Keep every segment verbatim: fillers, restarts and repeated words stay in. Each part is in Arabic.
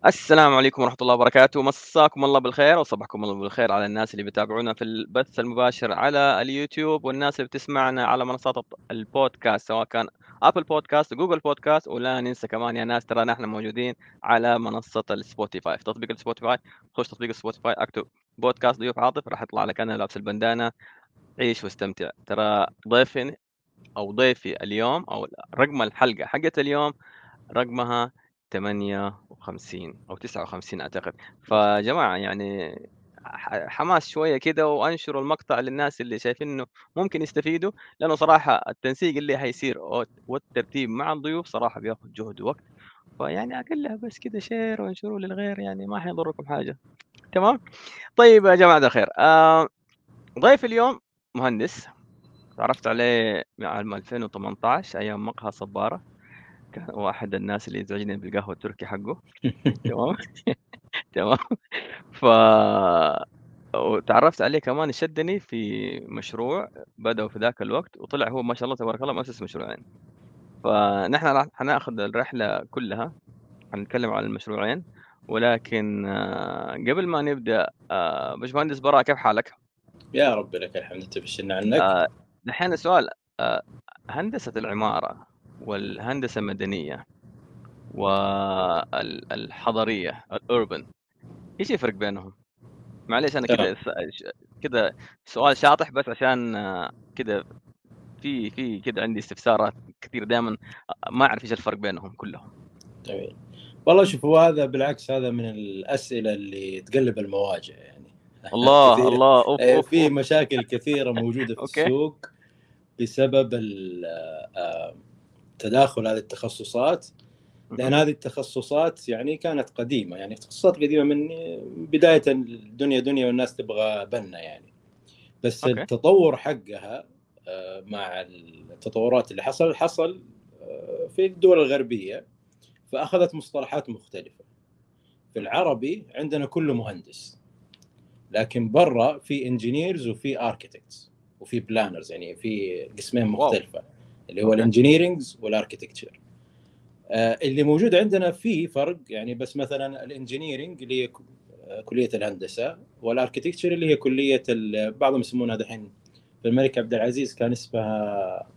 السلام عليكم ورحمة الله وبركاته، مساكم الله بالخير وصباحكم الله بالخير على الناس اللي بيتابعونا في البث المباشر على اليوتيوب، والناس اللي بتسمعنا على منصات الط البودكاست سواء كان أبل بودكاست، جوجل بودكاست، ولا ننسى كمان يا ناس ترى نحن موجودين على منصة الSpotify. في تطبيق الSpotify، خش تطبيق الSpotify اكتب بودكاست ضيوف عاطف راح يطلع لك أنا لابس البندانة. عيش واستمتع. ترى ضيفي أو ضيفي اليوم أو رقم الحلقة حقة اليوم رقمها ثمانية وخمسين أو تسعة وخمسين أعتقد. فجماعة يعني ح حماس شوية كده، وأنشروا المقطع للناس اللي شايفين إنه ممكن يستفيدوا، لأنه صراحة التنسيق اللي حيصير وت والترتيب مع الضيوف صراحة بياخد جهد ووقت، فيعني أقلها بس كده share وانشروه للغير، يعني ما حيضركم حاجة. تمام؟ طيب يا جماعة الخير، آآ ضيفي اليوم مهندس، اتعرفت عليه عام ألفين وثمانية عشر أيام مقهى صبارة، كان هو أحد الناس اللي يزعجني بالقهوة التركي حقه. تمام. تمام. ف واتعرّفت عليه كمان شدّني في مشروع بدأوا في ذاك الوقت، وطلع هو ما شاء الله تبارك الله مؤسس مشروعين. فنحن راح حناخذ الرحلة كلّها، حنتكلّم عن المشروعين، ولكن آه، قبل ما نبدأ، آآ باشمهندس براء كيف حالك؟ يا رب لك الحمد. انت بشرنا عنك. آآ دحين سؤال، آآ هندسة العمارة والهندسة المدنية وال الحضرية الurban، إيش الفرق بينهم؟ معليش أنا تمام. كده س ش كده سؤال شاطح بس عشان آه، كده في في كده عندي استفسارات كتير دايمًا، أ ما أعرف إيش الفرق بينهم كلّهم. جميل. والله شوف، هو هذا بالعكس هذا من الأسئلة اللي تقلب المواجع يعني. الله، كثير. الله، أوف، آه، أوف، في أوف. مشاكل كثيرة موجودة في أوكي. السوق بسبب ال- آه، تداخل هذه التخصصات. اهم. لأن هذه التخصصات يعني كانت قديمة، يعني تخصصات قديمة من بداية الدنيا دنيا والناس تبغى بنا يعني. بس أوكي. التطور حقها آه، مع التطورات اللي حصل حصل آه، في الدول الغربية، فأخذت مصطلحات مختلفة. في العربي عندنا كله مهندس، لكن برا في انجينيرز وفي اركيتكتس وفي بلانرز، يعني في قسمين واو! مختلفة اللي هو أوكي. الانجينيرينجز والاركيتكتشر. آه اللي موجود عندنا فيه فرق يعني، بس مثلا الانجينيرينج اللي هي كلية الهندسة، والاركيتكتشر اللي هي كلية بعضهم يسمونها دحين في الملك عبد العزيز كان اسمها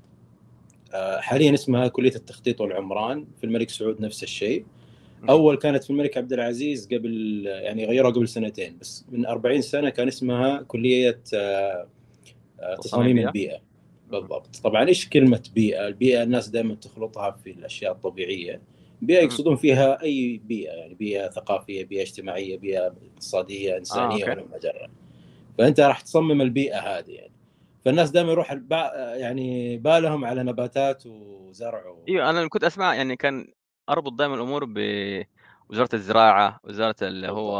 آه حاليا اسمها كلية التخطيط والعمران، في الملك سعود نفس الشيء. اهم. اول كانت في الملك عبد العزيز قبل، يعني غيروها قبل سنتين، بس من أربعين سنه كان اسمها كليه آه، آه، تصاميم تصاميم بيئة. البيئه. اهم. بالضبط. طبعا ايش كلمه بيئه؟ البيئه الناس دائما تخلطها في الاشياء الطبيعيه. بيئه اهم. يقصدون فيها اي بيئه، يعني بيئه ثقافيه، بيئه اجتماعيه، بيئه اقتصاديه، آه، انسانيه، أوكي. ولا مجره. فانت راح تصمم البيئه هذه يعني. فالناس دائما يروح البع... يعني بالهم على نباتات وزرع و... أيوه، أنا كنت أسمع يعني كان أربط دايمًا الأمور بوزارة الزراعة، وزارة اللي هو بالضبط.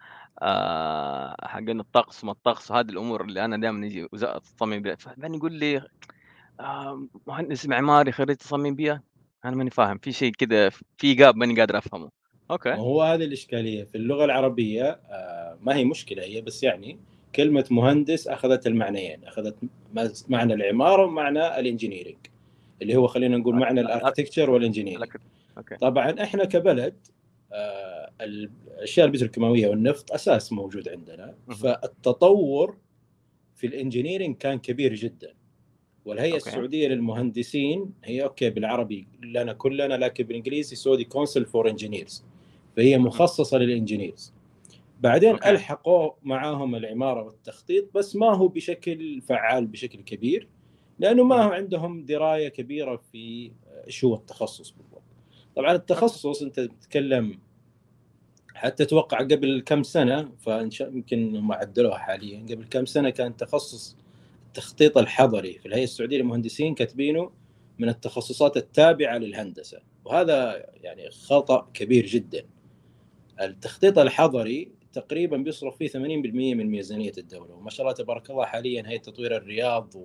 آآ حقين الطقس، ما الطقس، وهذه الأمور اللي أنا دايمًا ييجي وزارة التصاميم بيئة، فبعدين يقول لي آآ مهندس معماري خريج تصاميم بيئة، أنا ماني فاهم، في شيء كده في gap ماني قادر أفهمه. أوكي. ما هو هذه الإشكالية في اللغة العربية. آه، ما هي مشكلة هي، بس يعني كلمة مهندس أخذت المعنيين، أخذت معنى العمارة ومعنى الإنجينيرينج، اللي هو خلينا نقول أك معنى الأر الاركتكتشر والإنجينيرينج. الأك أوكي. طبعا إحنا كبلد آه، الأشياء البتروكيماوية والنفط أساس موجود عندنا، اهم. فالتطور في الإنجينيرينج كان كبير جدا. والهيئة أوكي. السعودية للمهندسين هي أوكي بالعربي لنا كلنا، لكن بالإنجليزي سعودي كونسل فور انجينيرز، فهي اهم. مخصصة للإنجينيرز. بعدين أوكي. ألحقوا معاهم العمارة والتخطيط، بس ما هو بشكل فعال بشكل كبير، لأنه ما اهم. هو عندهم دراية كبيرة في إيش هو التخصص بالضبط. طبعا أوكي. التخصص أنت تتكلم، حتى أتوقع قبل كم سنة، فإن شاء يمكن هم عدلوها حاليا، قبل كم سنة كان تخصص التخطيط الحضري في الهيئة السعودية للمهندسين كاتبينه من التخصصات التابعة للهندسة، وهذا يعني خطأ كبير جدا. التخطيط الحضري تقريبا بيصرف فيه ثمانين بالمئة من ميزانية الدولة، وما شاء الله تبارك الله حاليا هيئة تطوير الرياض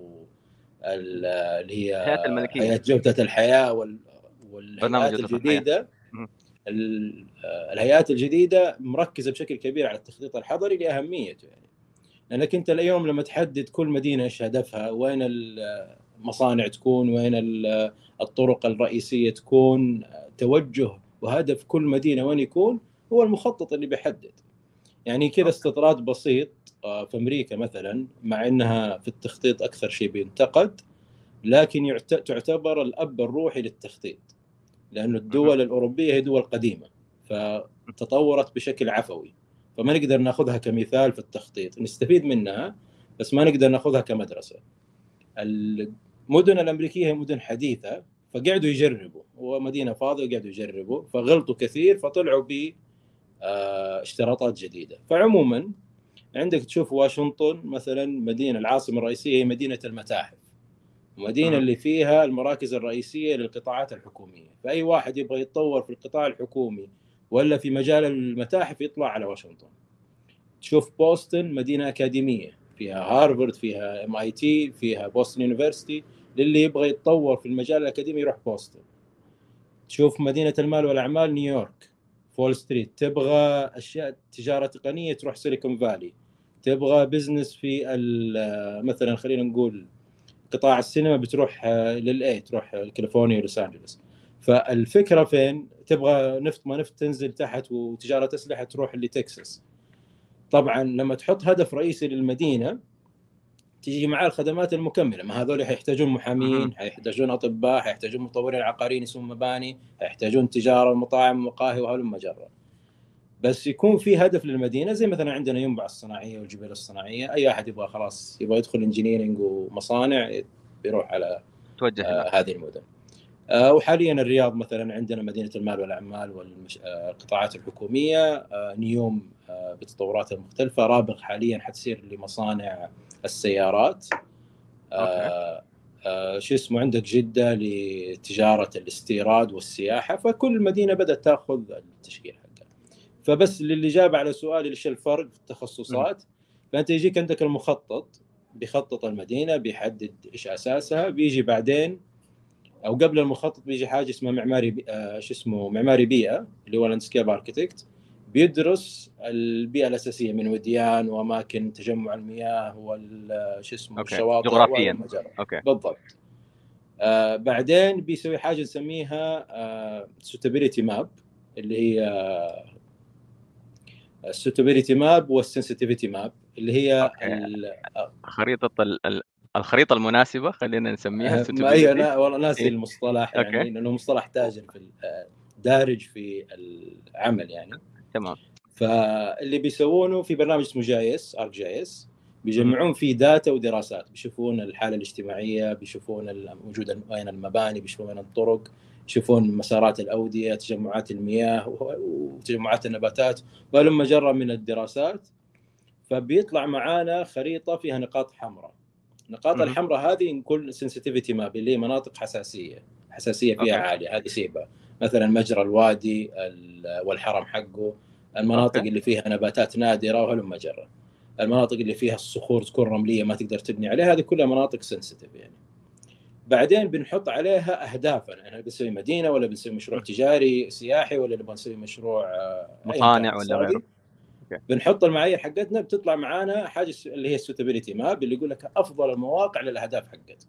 واللي هي الهيئات هيئة الملكية، جودة الحياة برنامج والهيئات جودة الحياة. الجديدة. اهم. الهيئات الجديدة مركزة بشكل كبير على التخطيط الحضري لأهميته يعني. لأنك أنت اليوم لما تحدد كل مدينة إيش هدفها، وين المصانع تكون، وين الطرق الرئيسية تكون، توجه وهدف كل مدينة وين يكون، هو المخطط اللي بيحدد. يعني كذا استطراد بسيط في أمريكا مثلا، مع أنها في التخطيط أكثر شيء بينتقد، لكن تعتبر الأب الروحي للتخطيط، لأن الدول الأوروبية هي دول قديمة فتطورت بشكل عفوي، فما نقدر ناخذها كمثال في التخطيط، نستفيد منها بس ما نقدر ناخذها كمدرسة. المدن الأمريكية هي مدن حديثة، فقعدوا يجربوا، هو مدينة فاضية وقعدوا يجربوا، فغلطوا كثير فطلعوا ب اشتراطات جديدة. فعموما عندك تشوف واشنطن مثلا، مدينة العاصمة الرئيسية هي مدينة المتاحف، مدينة اللي فيها المراكز الرئيسية للقطاعات الحكومية، فأي واحد يبغى يتطور في القطاع الحكومي ولا في مجال المتاحف يطلع على واشنطن. تشوف بوسطن مدينة أكاديمية، فيها هارفارد، فيها ام اي تي، فيها بوسطن يونيفرسيتي، للي يبغى يتطور في المجال الأكاديمي يروح بوسطن. تشوف مدينة المال والأعمال نيويورك، فول ستريت. تبغى أشياء تجارة تقنية تروح سيليكون فالي. تبغى بزنس في مثلا خلينا نقول قطاع السينما بتروح للأي، تروح كاليفورنيا ولوس أنجلوس. فالفكرة فين؟ تبغى نفط ما نفط تنزل تحت، وتجارة أسلحة تروح لتكساس. طبعا لما تحط هدف رئيسي للمدينة تيجي معاه الخدمات المكملة، ما هذول حيحتاجون محامين، حيحتاجون أطباء، حيحتاجون مطورين عقاريين يسوون مباني، حيحتاجون تجارة ومطاعم ومقاهي وهلم جرة. بس يكون في هدف للمدينة، زي مثلا عندنا ينبع الصناعية والجبال الصناعية، أي أحد يبغى خلاص يبغى يدخل انجينيرينج ومصانع بيروح على توجه آه هذه المدن. آه وحاليا الرياض مثلا عندنا مدينة المال والأعمال والقطاعات الحكومية. آه نيوم آه بتطوراتها المختلفة. رابغ حاليا حتصير لمصانع السيارات. آه آه شو اسمه عندك جدة لتجارة الاستيراد والسياحة. فكل مدينة بدأت تأخذ التشكيل حقها. فبس للي جاب على سؤالي ليش الفرق في التخصصات، فأنت يجيك عندك المخطط بيخطط المدينة، بيحدد إيش أساسها، بيجي بعدين أو قبل المخطط بيجي حاجة اسمها معماري بي... آه شو اسمه معماري بيئة، اللي هو لاندسكيب اركيتكت، بيدرس البيئة الأساسية من وديان وأماكن تجمع المياه وش اسمه أوكي. الشواطئ جغرافيا. أوكي. بالضبط. آه بعدين بيسوي حاجة نسميها آه suitability ماب، اللي هي السوتابيليتي ماب والسنسيتيفيتي ماب، اللي هي خريطة ال... الخريطة المناسبة خلينا نسميها ما هي أنا والله ناسي إيه؟ المصطلح يعني أوكي. لأنه مصطلح تاجر في دارج في العمل يعني. تمام. فاللي بيسوونه في برنامج اسمه جايس ارك جايس، بيجمعون فيه داتا ودراسات، بيشوفون الحالة الاجتماعية، بيشوفون وجود وين المباني، بيشوفون وين الطرق، يشوفون مسارات الأودية، تجمعات المياه وتجمعات النباتات، ولما جرى من الدراسات فبيطلع معانا خريطة فيها نقاط حمراء. النقاط الحمراء هذه نقول سنسيتيفيتي ماب، اللي هي مناطق حساسية حساسية فيها أوكي. عالية، هذه سيبها. مثلا مجرى الوادي والحرم حقه، المناطق أوكي. اللي فيها نباتات نادرة وهلم جرى، المناطق اللي فيها الصخور تكون رملية ما تقدر تبني عليها، هذه كلها مناطق سنسيتيف يعني. بعدين بنحط عليها أهدافنا، يعني بنسوي مدينة ولا بنسوي مشروع تجاري سياحي ولا نبغى نسوي مشروع مصانع ولا غيره. بنحط المعايير حقتنا، بتطلع معانا حاجة اللي هي السوتابيليتي ماب، اللي يقول لك أفضل المواقع للأهداف حقتك.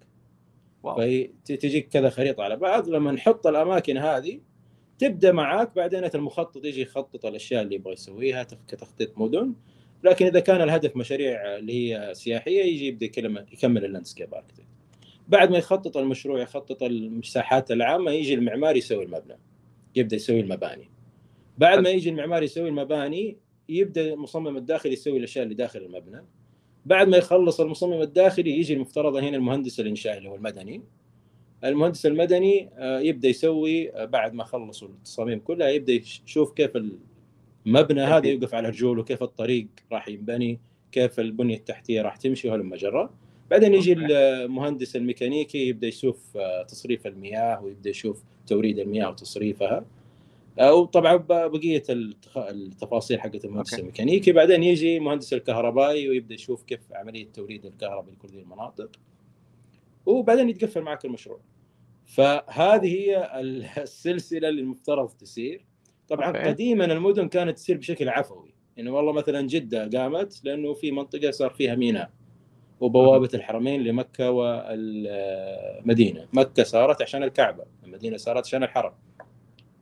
فتجيك كذا خريطة على بعض، لما نحط الأماكن هذه تبدأ معاك بعدين المخطط يجي يخطط الأشياء اللي يبغى يسويها كتخطيط مدن. لكن إذا كان الهدف مشاريع اللي هي سياحية يجي يبدأ يكمل اللاندسكيب اركتكت. بعد ما يخطط المشروع يخطط المساحات العامة، يجي المعماري يسوي المبنى، يبدأ يسوي المباني. بعد ما يجي المعماري يسوي المباني يبدأ المصمم الداخلي يسوي الأشياء اللي داخل المبنى. بعد ما يخلص المصمم الداخلي يجي المفترض هنا المهندس الإنشائي اللي هو المدني. المهندس المدني يبدأ يسوي بعد ما خلصوا التصاميم كلها، يبدأ يشوف كيف المبنى هذا يوقف على رجوله، كيف الطريق راح ينبني، كيف البنية التحتية راح تمشي وهلم جرى. بعدين يجي المهندس الميكانيكي يبدأ يشوف تصريف المياه ويبدأ يشوف توريد المياه وتصريفها، أو طبعا بقية التفاصيل حقت المهندس الميكانيكي. بعدين يجي مهندس الكهربائي ويبدأ يشوف كيف عملية توريد الكهرباء لكل هذه المناطق، وبعدين يتقفل معك المشروع. فهذه هي السلسلة اللي المفترض تصير. طبعا أوكي. قديما المدن كانت تصير بشكل عفوي، يعني والله مثلا جدة قامت لأنه في منطقة صار فيها ميناء وبوابة الحرمين لمكة والمدينة. مكة صارت عشان الكعبة، المدينة صارت عشان الحرم.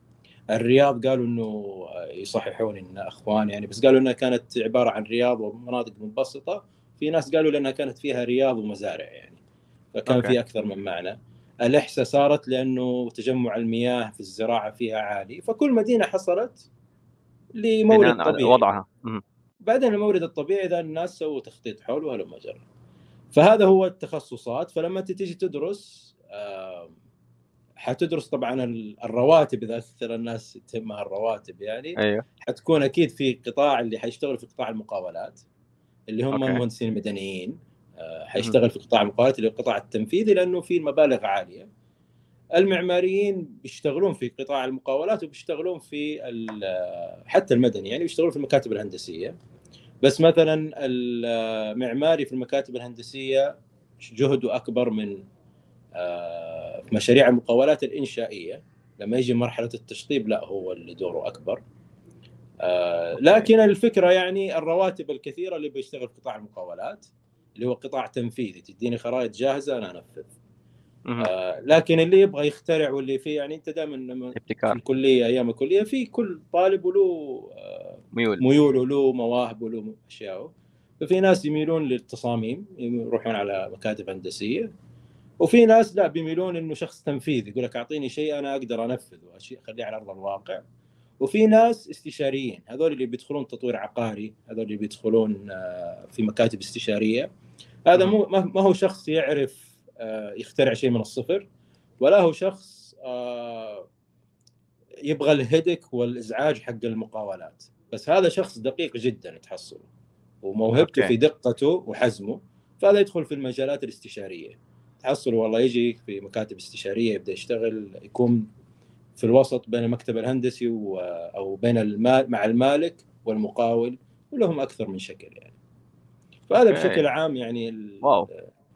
الرياض قالوا انه يصححون ان اخوان يعني، بس قالوا انها كانت عباره عن رياض ومناطق منبسطه. في ناس قالوا لانها كانت فيها رياض ومزارع يعني، فكان اوكي في اكثر من معنى. الاحساء صارت لانه تجمع المياه في الزراعه فيها عالي، فكل مدينه حصلت لمورد بناء على طبيعي. وضعها. مهم. بعدين المورد الطبيعي ذا الناس سووا تخطيط حوله هلم جرى. فهذا هو التخصصات. فلما انت تيجي تدرس آه، حتدرس طبعا ال- الرواتب، اذا اكثر الناس تهمها الرواتب يعني. ايوه حتكون اكيد في قطاع اللي حيشتغل في قطاع المقاولات اللي هم اوكي. المهندسين المدنيين. آه، مهم. حيشتغل في قطاع المقاولات اللي هو القطاع التنفيذي لانه فيه مبالغ عاليه. المعماريين بيشتغلون في قطاع المقاولات وبيشتغلون في ال- حتى المدني يعني بيشتغلون في المكاتب الهندسيه. بس مثلا المعماري في المكاتب الهندسيه جهده اكبر من آه، في مشاريع المقاولات الانشائيه. لما يجي مرحله التشطيب لا، هو اللي دوره اكبر. آه، اوكي. لكن الفكره يعني الرواتب الكثيره اللي بيشتغل في قطاع المقاولات اللي هو قطاع تنفيذي، تديني خرائط جاهزه انا انفذ. مهم. آه، لكن اللي يبغى يخترع واللي فيه يعني، انت دائما لما في ابتكار. الكليه ايام الكليه في كل طالب له آه، ميول. ميول وله مواهب وله اشياء. ففي ناس يميلون للتصاميم يروحون على مكاتب هندسيه، وفي ناس لا بيميلون انه شخص تنفيذي يقول لك اعطيني شيء انا اقدر انفذه واشياء اخليه على ارض الواقع. وفي ناس استشاريين، هذول اللي بيدخلون تطوير عقاري، هذول اللي بيدخلون آه، في مكاتب استشاريه. هذا مهم. مو ما هو شخص يعرف آه، يخترع شيء من الصفر، ولا هو شخص آه، يبغى الهدك والازعاج حق المقاولات. بس هذا شخص دقيق جدا تحصله، وموهبته اوكي. في دقته وحزمه. فهذا يدخل في المجالات الاستشاريه. تحصل والله يجي في مكاتب استشاريه يبدا يشتغل، يكون في الوسط بين المكتب الهندسي و... او بين المال مع المالك والمقاول، ولهم اكثر من شكل يعني. فهذا اوكي. بشكل عام يعني ال... واو.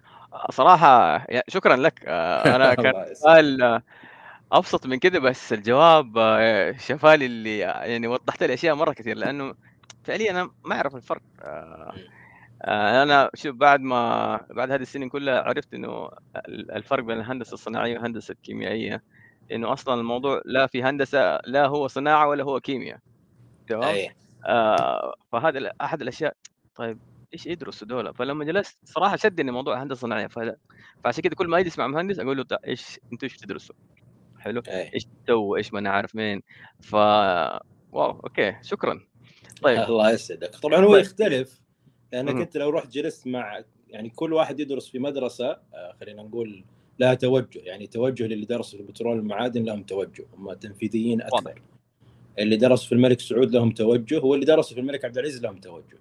صراحة يا- شكرا لك. آه، انا كان الله يسعدك. سؤال آه، ابسط من كده، بس الجواب آه، شفالي اللي يعني وضحت لي اشياء مرة كثير، لانه فعليا انا ما اعرف الفرق. آه، آه، انا شوف، بعد ما بعد هذه السنين كلها عرفت انه ال- الفرق بين الهندسة الصناعية والهندسة الكيميائية، انه اصلا الموضوع لا في هندسة لا هو صناعة ولا هو كيمياء. تمام. اي آه فهذا ال- احد الاشياء. طيب ايش يدرسوا دول؟ فلما جلست صراحه شدني موضوع الهندسه الصناعيه، ف- فعشان كده كل ما يجي يسمع مهندس اقول له: "طيب ايش انتوا ايش تدرسوا؟ حلو، اي ايش تسووا؟ ايش ما انا عارف مين". ف واو اوكي شكرا. طيب. الله يسعدك. طبعا هو طيب. يختلف، لانك مهم. انت لو رحت جلست مع يعني كل واحد يدرس في مدرسه آه، خلينا نقول لها توجه. يعني توجه للي درسوا في البترول والمعادن لهم توجه، هم تنفيذيين واضح. اكثر. اللي درسوا في الملك سعود لهم توجه، واللي درسوا في الملك عبد العزيز لهم توجه.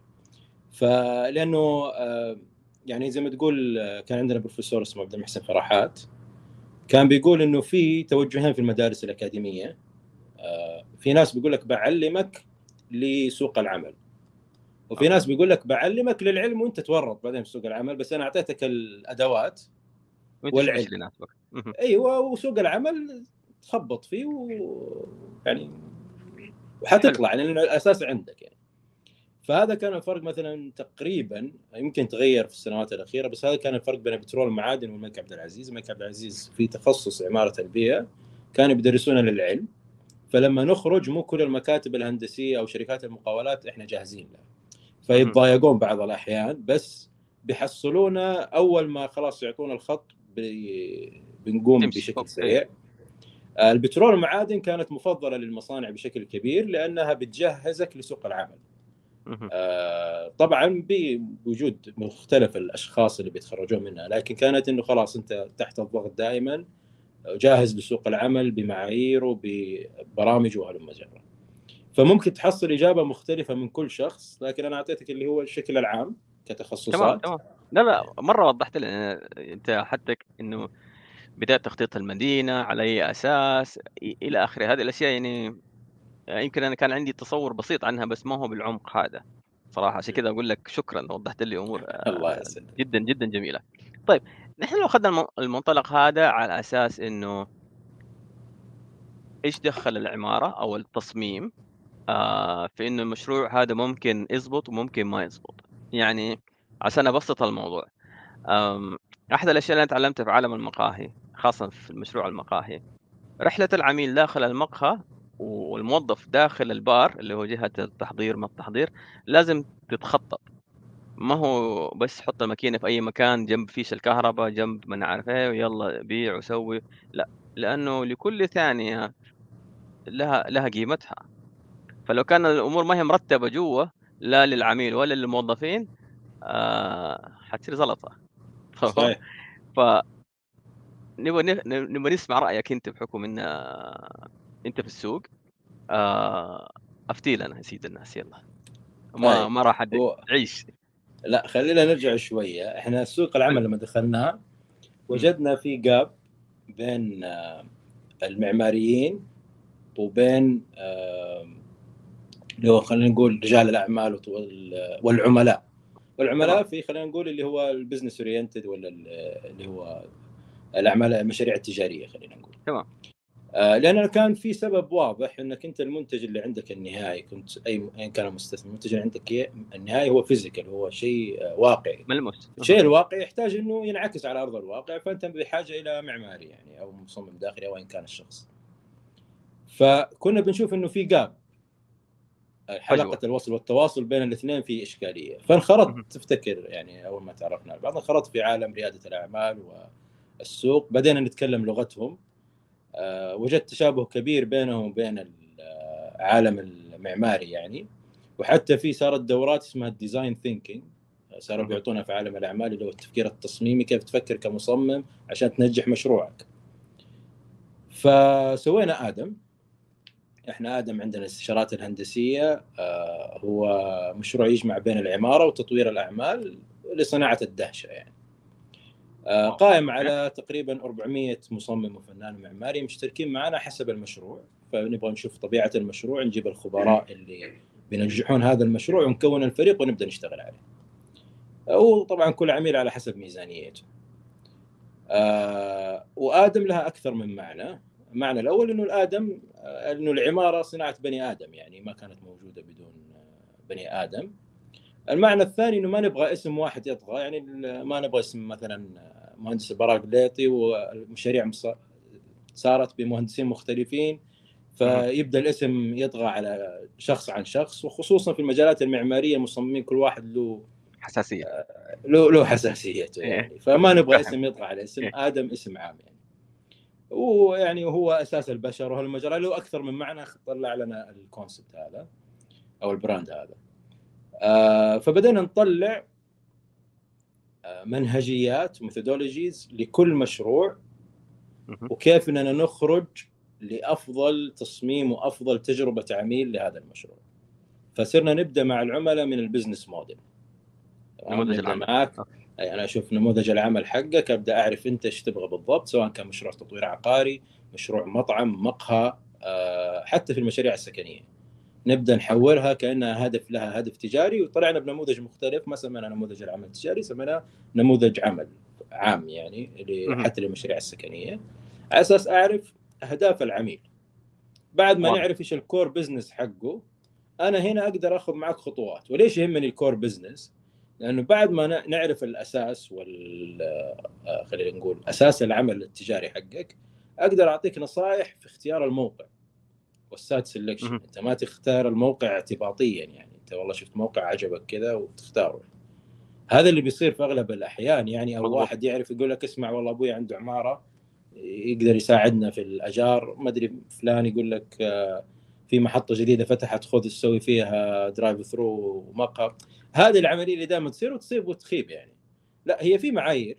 فلانه آه، يعني زي ما تقول آه، كان عندنا بروفيسور اسمه عبد المحسن فرحات، كان بيقول انه في توجهين في المدارس الاكاديميه. آه، في ناس بيقول لك بعلمك لسوق العمل، وفي اوكي. ناس بيقول لك بعلمك للعلم وانت تورط بعدين في سوق العمل، بس انا اعطيتك الادوات وانت شوف ايش والعلم. اللي يناسبك. مهم. ايوه، وسوق العمل تخبط فيه و... يعني حلو. وحتطلع لان الاساس عندك يعني. فهذا كان الفرق مثلا تقريبا، يمكن تغير في السنوات الاخيره، بس هذا كان الفرق بين البترول والمعادن والملك عبد العزيز. الملك عبد العزيز في تخصص عماره البيئه، كانوا بيدرسونا للعلم. فلما نخرج مو كل المكاتب الهندسيه او شركات المقاولات احنا جاهزين لها، مهم. فيتضايقون بعض الاحيان. بس بيحصلونا اول ما خلاص يعطونا الخط بي... بنقوم تمشي بشكل اوكي. سريع. البترول والمعادن كانت مفضله للمصانع بشكل كبير لانها بتجهزك لسوق العمل. مهم. آه، طبعا بوجود مختلف الاشخاص اللي بيتخرجون منها، لكن كانت انه خلاص انت تحت الضغط دائما، جاهز لسوق العمل بمعاييره ببرامجه وهلم جرا. فممكن تحصل اجابه مختلفه من كل شخص، لكن انا اعطيتك اللي هو الشكل العام تمام كتخصصات. تمام. لا لا مره وضحت لي. انت حتى انه بدايه تخطيط المدينه على اي اساس إ- الى اخره، هذه الاشياء يعني يمكن انا كان عندي تصور بسيط عنها، بس ما هو بالعمق هذا صراحه. عشان كذا اقول لك شكرا، وضحت لي امور الله آه، يسلمك. جدا جدا جميله. طيب، نحن لو اخذنا الم- المنطلق هذا على اساس انه ايش دخل العماره او التصميم آه، في انه المشروع هذا ممكن يزبط وممكن ما يزبط. يعني عشان ابسط الموضوع، آم، احد الاشياء اللي انا تعلمتها في عالم المقاهي، خاصه في المشروع المقاهي، رحله العميل داخل المقهى والموظف داخل البار اللي هو جهة التحضير ما التحضير لازم تتخطط، ما هو بس حط الماكينة في أي مكان جنب فيش الكهرباء جنب ما نعرف إيه ويلا بيع وسوي، لأ، لأنه لكل ثانية لها لها قيمتها. فلو كان الأمور ما هي مرتبة جوا لا للعميل ولا للموظفين آه حتصير زلطة. صحيح. ف نبغى ن- نبغى نسمع رأيك أنت بحكم إن آه، أنت في السوق. آه أفتي لنا يا سيد الناس، يلا ما طيب ما راح أدري هو عيش. لا، خلينا نرجع شويه. احنا سوق العمل حلو. لما دخلناه مم. وجدنا في جاب بين آه، المعماريين وبين آه، اللي هو خلينا نقول رجال الاعمال وال- والعملاء. والعملاء تمام. في خلينا نقول اللي هو البزنس اورينتد، ولا ال- اللي هو الاعمال المشاريع التجاريه خلينا نقول. تمام. آه، لان كان في سبب واضح انك انت المنتج اللي عندك النهائي، كنت اي ايا كان المستثمر، المنتج اللي عندك إيه؟ النهائي هو فيزيكال، هو شيء آه، واقعي. ملموس. الشيء مهم. الواقعي يحتاج انه ينعكس على ارض الواقع، فانت بحاجه الى معماري يعني او مصمم داخلي او ايا كان الشخص. فكنا بنشوف انه في جاب، حلقه فجوة. الوصل والتواصل بين الاثنين في اشكاليه. فانخرطت، مهم. تفتكر يعني اول ما تعرفنا بعض انخرطت في عالم رياده الاعمال والسوق، بدينا نتكلم لغتهم. أه وجدت تشابه كبير بينهم وبين العالم المعماري يعني. وحتى في صارت دورات اسمها الديزاين ثينكينج، صاروا مهم. بيعطونا في عالم الاعمال اللي هو التفكير التصميمي، كيف تفكر كمصمم عشان تنجح مشروعك. فسوينا ادم. احنا ادم عندنا الاستشارات الهندسيه، آه، هو مشروع يجمع بين العماره وتطوير الاعمال لصناعه الدهشه يعني. آه، واو. قائم اوكي. على تقريبا أربعمية مصمم وفنان معماري مشتركين معنا حسب المشروع. فنبغى نشوف طبيعه المشروع، نجيب الخبراء اللي بينجحون هذا المشروع ونكون الفريق ونبدا نشتغل عليه. وطبعا كل عميل على حسب ميزانيته. آه، وادم لها اكثر من معنى. المعنى الاول انه الادم، آه، انه العماره صناعه بني ادم، يعني ما كانت موجوده بدون آه، بني ادم. المعنى الثاني انه ما نبغى اسم واحد يطغى، يعني ما نبغى اسم مثلا مهندس البراغليطي والمشاريع صارت بمهندسين مختلفين مهم. فيبدا الاسم يطغى على شخص عن شخص. وخصوصا في المجالات المعماريه المصممين كل واحد له حساسية. له له حساسيته ايه. يعني. فما نبغى فاهم. اسم يطغى على اسم ايه. ادم، اسم عام يعني. ويعني هو اساس البشر وهالمجال له اكثر من معنى. طلع لنا الكونسبت هذا او البراند هذا. آه فبدأنا نطلع آه منهجيات وميثودولوجيز لكل مشروع، مهم. وكيف اننا نخرج لافضل تصميم وافضل تجربه عميل لهذا المشروع. فصرنا نبدا مع العملاء من البزنس موديل. تمام، نموذج نبدا العمل. معك. أوكي. اي انا اشوف نموذج العمل حقك، ابدا اعرف انت ايش تبغى بالضبط، سواء كان مشروع تطوير عقاري، مشروع مطعم، مقهى، آه حتى في المشاريع السكنيه. نبدا أوكي. نحولها كانها هدف، لها هدف تجاري. وطلعنا بنموذج مختلف، ما سمينا نموذج العمل التجاري، سميناه نموذج عمل عام يعني مهم. حتى للمشاريع السكنيه، على اساس اعرف اهداف العميل. بعد ما واضح. نعرف ايش الكور بزنس حقه، انا هنا اقدر اخذ معك خطوات. وليش يهمني الكور بزنس؟ لانه بعد ما نعرف الاساس وال خلينا نقول اساس العمل التجاري حقك، اقدر اعطيك نصائح في اختيار الموقع والسايت سelection. مهم. انت ما تختار الموقع اعتباطيا، يعني انت والله شفت موقع عجبك كذا وتختاره. هذا اللي بيصير في اغلب الاحيان يعني. او مضبوط. واحد يعرف يقول لك اسمع والله ابوي عنده عماره يقدر يساعدنا في الاجار، ما ادري فلان يقول لك في محطه جديده فتحت خذ تسوي فيها درايف ثرو ومقهى. هذه العمليه اللي دائما تصير وتصيب وتخيب يعني. لا، هي في معايير،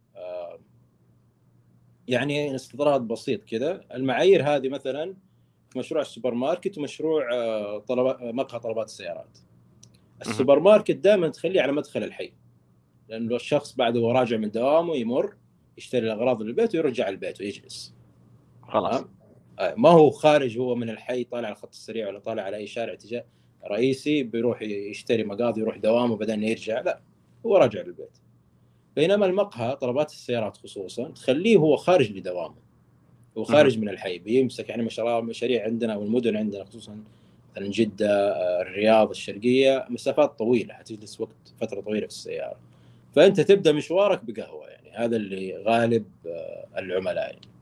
يعني استطراد بسيط كذا. المعايير هذه مثلا في مشروع السوبر ماركت ومشروع طلبات مقهى طلبات السيارات. مهم. السوبر ماركت دائما تخليه على مدخل الحي، لانه الشخص بعد هو راجع من دوامه يمر يشتري الاغراض للبيت ويرجع البيت ويجلس. خلاص. ما هو خارج هو من الحي طالع على الخط السريع ولا طالع على اي شارع اتجاه رئيسي بيروح يشتري مقاضي يروح دوامه وبعدين يرجع، لا، هو راجع للبيت. بينما المقهى طلبات السيارات خصوصا تخليه هو خارج لدوامه، هو مهم. خارج من الحي بيمسك. يعني مشاريع عندنا والمدن عندنا خصوصا مثلا جده، الرياض، الشرقيه، مسافات طويله حتجلس وقت فتره طويله في السياره. فانت تبدا مشوارك بقهوه، يعني هذا اللي غالب العملاء يعني.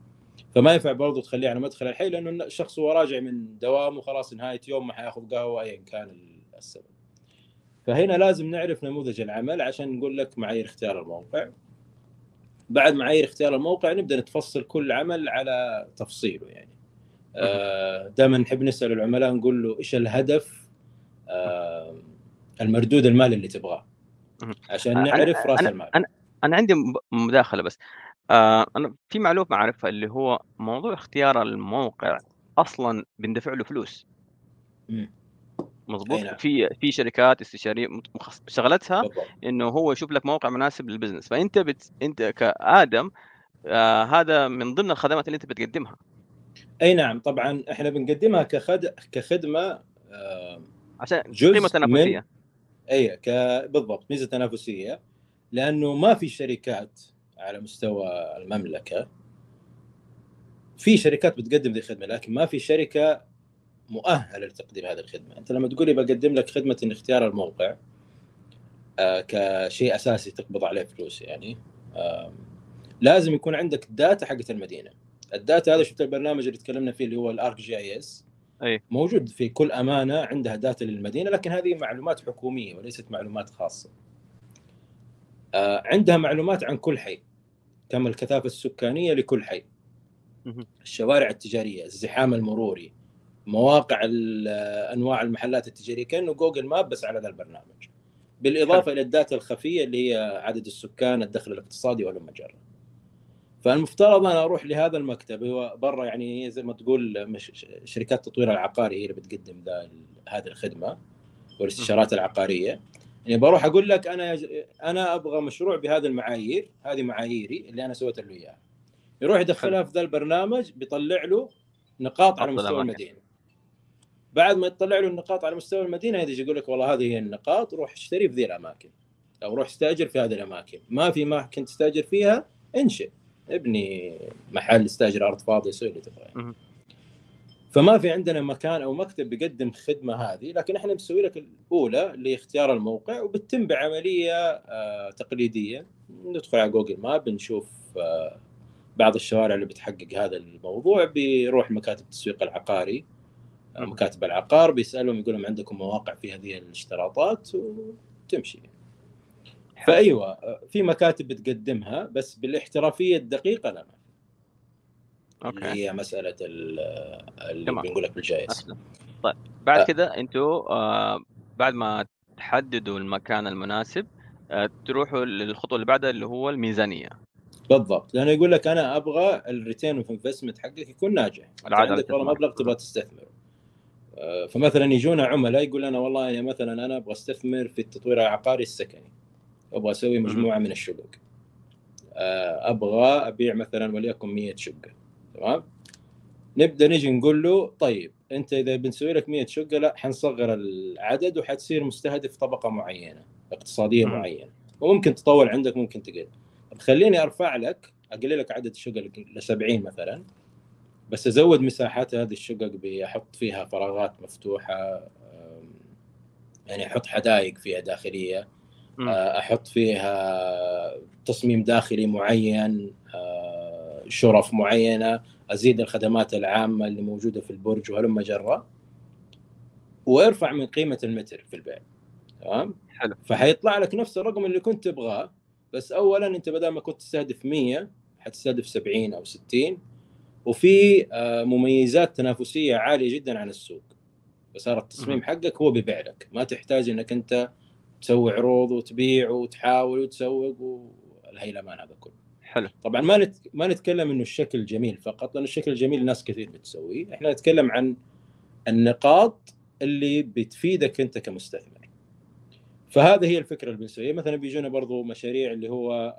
فما ينفع برضو تخليه على مدخل الحي، لانه الشخص هو راجع من دوامه خلاص نهايه يوم ما حياخذ قهوه ايا كان السبب. فهنا لازم نعرف نموذج العمل عشان نقول لك معايير اختيار الموقع. بعد معايير اختيار الموقع نبدا نتفصل كل عمل على تفصيله. يعني آه دائما نحب نسال العملاء نقول له ايش الهدف، آه المردود المالي اللي تبغاه، عشان نعرف راس أنا المال. أنا أنا عندي مداخلة بس. آه أنا في معلومة أعرفها، اللي هو موضوع اختيار الموقع أصلا بندفع له فلوس. مم. مظبوط. نعم. في في شركات استشاريه شغلتها بالضبط. انه هو يشوف لك موقع مناسب للبزنس، فانت بت... انت كادم آه هذا من ضمن الخدمات اللي انت بتقدمها. اي نعم طبعا احنا بنقدمها كخد... كخدمه آه عشان قيمه جزء من تنافسيه. اي ك... بالضبط ميزه تنافسيه، لانه ما في شركات على مستوى المملكه. في شركات بتقدم ذي الخدمه لكن ما في شركه مؤهله لتقديم هذه الخدمه. انت لما تقولي بقدم لك خدمه إن اختيار الموقع آه كشيء اساسي تقبض عليه فلوس، يعني آه لازم يكون عندك داتا حقت المدينه. الداتا هذا شفت البرنامج اللي تكلمنا فيه اللي هو الارك جي اي اس، اي موجود في كل امانه عندها داتا للمدينه، لكن هذه معلومات حكوميه وليست معلومات خاصه. آه عندها معلومات عن كل حي، كم الكثافه السكانيه لكل حي، الشوارع التجاريه، الزحام المروري، مواقع انواع المحلات التجاريه، كانه جوجل ماب بس على ذا البرنامج، بالاضافه حلو. الى الداتا الخفيه اللي هي عدد السكان، الدخل الاقتصادي ولا جرى. فالمفترض انا اروح لهذا المكتب، هو برا يعني زي ما تقول مش شركات التطوير العقاري هي اللي بتقدم هذه الخدمه والاستشارات العقاريه. يعني بروح اقول لك انا انا ابغى مشروع بهذه المعايير، هذه معاييري اللي انا سويت له اياها. يروح يدخلها في ذا البرنامج، بيطلع له نقاط على مستوى المدينه. بعد ما يطلع له النقاط على مستوى المدينه يجي يقول لك والله هذه هي النقاط، روح اشتري في ذي الاماكن او روح استاجر في هذه الاماكن. ما في ما كنت تستاجر فيها انشئ، ابني محل، استاجر ارض فاضيه، سوي اللي تبغاه. فما في عندنا مكان او مكتب بيقدم خدمه هذه، لكن احنا بنسوي لك الاولى لاختيار الموقع، وبتتم بعمليه آه تقليديه. ندخل على جوجل ماب، بنشوف آه بعض الشوارع اللي بتحقق هذا الموضوع، بيروح مكاتب التسويق العقاري، مكاتب العقار، بيسالهم يقول لهم عندكم مواقع في هذه الاشتراطات، وتمشي. فايوه في مكاتب بتقدمها بس بالاحترافيه الدقيقه لا ما. اوكي. اللي هي مساله اللي بنقول لك بالجائز. طيب بعد أه. كده انتوا آه بعد ما تحددوا المكان المناسب آه تروحوا للخطوه اللي بعدها اللي هو الميزانيه. بالضبط، لانه يقول لك انا ابغى الريتيرن اوف انفستمنت حقك يكون ناجح. انت عندك والله مبلغ تبغى تستثمر، فمثلا يجونا عملاء يقول لنا والله يعني مثلا انا ابغى استثمر في التطوير العقاري السكني، ابغى اسوي مجموعه من الشقق، ابغى ابيع مثلا وليكن مية شقه. تمام، نبدا نجي نقول له طيب انت اذا بنسوي لك مية شقه، لا حنصغر العدد وحتصير مستهدف طبقه معينه اقتصاديه م- معينه، وممكن تطول عندك ممكن تقل. خليني ارفع لك، اقلل لك عدد الشقق ل سبعين مثلا، بس ازود مساحات هذه الشقق بحط فيها فراغات مفتوحه، يعني احط حدائق فيها داخليه، احط فيها تصميم داخلي معين، شرف معينه، ازيد الخدمات العامه اللي موجوده في البرج وهلم جرة، وارفع من قيمه المتر في البيع. تمام، حلو. فحيطلع لك نفس الرقم اللي كنت تبغاه، بس اولا انت بدل ما كنت تستهدف مية حتستهدف سبعين او ستين، وفي مميزات تنافسيه عاليه جدا عن السوق. فصار التصميم حقك هو بيبيع لك، ما تحتاج انك انت تسوي عروض وتبيع وتحاول وتسوق والهيلمان هذا كله. حلو. طبعا ما نت... ما نتكلم انه الشكل جميل فقط، لان الشكل جميل ناس كثير بتسويه، احنا نتكلم عن النقاط اللي بتفيدك انت كمستثمر. فهذه هي الفكره اللي بنسويها. مثلا بيجونا برضو مشاريع اللي هو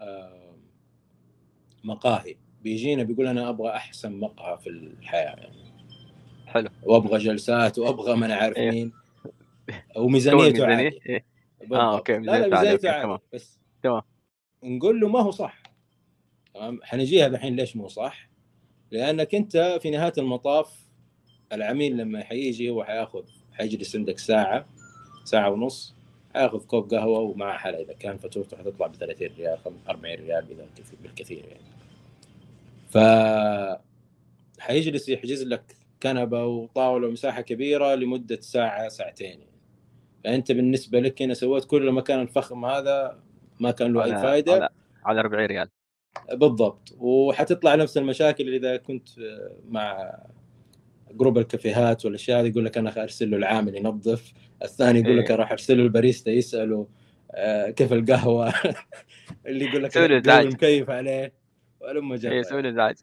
مقاهي، بيجينا بيقول انا ابغى احسن مقهى في الحياه يعني. حلو. وابغى جلسات وابغى ما انا عارف إيه. مين، وميزانيته عاليه. إيه. اه اوكي، لا لا ميزانيته عاليه، بس تمام نقول له ما هو صح. تمام، حنجيها الحين ليش مو صح؟ لانك انت في نهايه المطاف العميل لما حيجي هو حياخذ حيجلس عندك ساعه ساعه ونص، حياخذ كوب قهوه ومع حلا، اذا كان فاتورته حتطلع ب ثلاثين ريال أربعين ريال بالكثير يعني. ف حيجلس يحجز لك كنبه وطاوله ومساحه كبيره لمده ساعه ساعتين. فانت بالنسبه لك هنا سويت كل المكان الفخم هذا ما كان له اي على فائده. على على أربعين ريال بالضبط. وحتطلع نفس المشاكل اذا كنت مع جروب الكافيهات والاشياء هذه، يقول لك انا ارسل له العامل ينظف، الثاني يقول لك إيه. اروح ارسل له الباريستا يساله آه، كيف القهوه اللي يقول لك يسوي له قلب إزعاج. المكيف عليه ولما إيه جرى يسوي له يعني. إزعاج.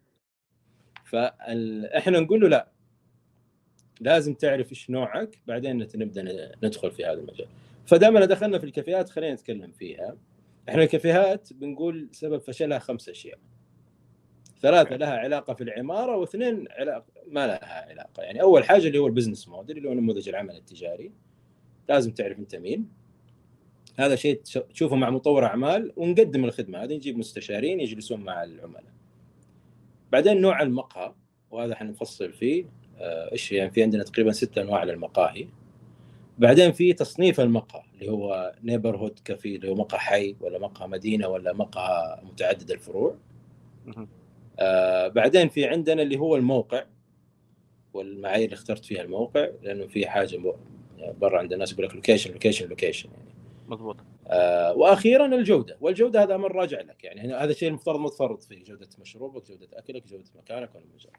فاحنا نقول له لا، لازم تعرف ايش نوعك بعدين نبدا ندخل في هذا المجال. فدائما دخلنا في الكافيهات خلينا نتكلم فيها. احنا الكافيهات بنقول سبب فشلها خمس اشياء، ثلاثه لها علاقه في العماره واثنين علاقه ما لها علاقه. يعني اول حاجه اللي هو البزنس موديل اللي هو نموذج العمل التجاري، لازم تعرف انت مين. هذا شيء تشوفه مع مطور اعمال، ونقدم الخدمه هذه، نجيب مستشارين يجلسون مع العملاء. بعدين نوع المقهى، وهذا حنفصل فيه ايش يعني. في عندنا تقريبا ستة انواع للمقاهي. بعدين في تصنيف المقهى اللي هو نيبرهود كافي، اللي هو مقهى حي ولا مقهى مدينه ولا مقهى متعدد الفروع. آه بعدين في عندنا اللي هو الموقع والمعايير اللي اخترت فيها الموقع، لانه في حاجه برا عند الناس يقول لك لوكيشن لوكيشن لوكيشن يعني. مضبوط. آه واخيرا الجوده، والجوده هذا امر راجع لك يعني. هذا الشيء المفترض ما تفرط فيه، جوده مشروبك، جوده اكلك، جوده مكانك والمجال.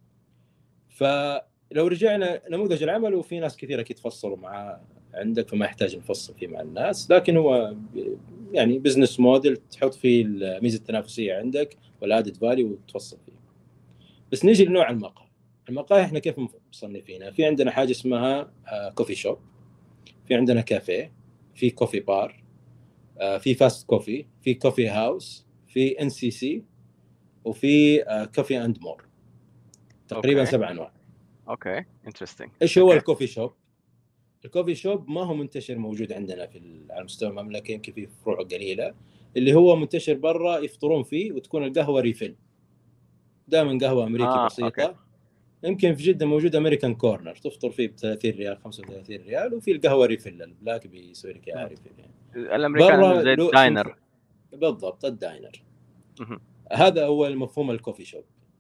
فلو رجعنا نموذج العمل، وفي ناس كثيره اكيد فصلوا معاه عندك، فما يحتاج نفصل فيه مع الناس، لكن هو يعني بزنس موديل تحط فيه الميزه التنافسيه عندك والادد فاليو وتفصل فيه. بس نيجي لنوع المقهى. المقاهي احنا كيف مصنفينها؟ في عندنا حاجه اسمها كوفي شوب، في عندنا كافيه، في كوفي بار، في فاست كوفي، في كوفي هاوس، في ان سي سي، وفي كوفي اند مور. تقريبا أوكي. سبع انواع. اوكي انترستينج. ايش هو الكوفي شوب؟ الكوفي شوب ما هو منتشر موجود عندنا في على مستوى المملكه، يمكن في فروع قليله. اللي هو منتشر برا يفطرون فيه، وتكون القهوه ريفل، دائما قهوه امريكي اه اوكي. بسيطه. يمكن في جده موجود امريكان كورنر تفطر فيه ب ثلاثين ريال خمسة وثلاثين ريال، وفي القهوه ريفل البلاك بيسوي لك اياها ريفل يعني. الامريكان انه زي الداينر. بالضبط الداينر. هذا هو المفهوم الكوفي شوب.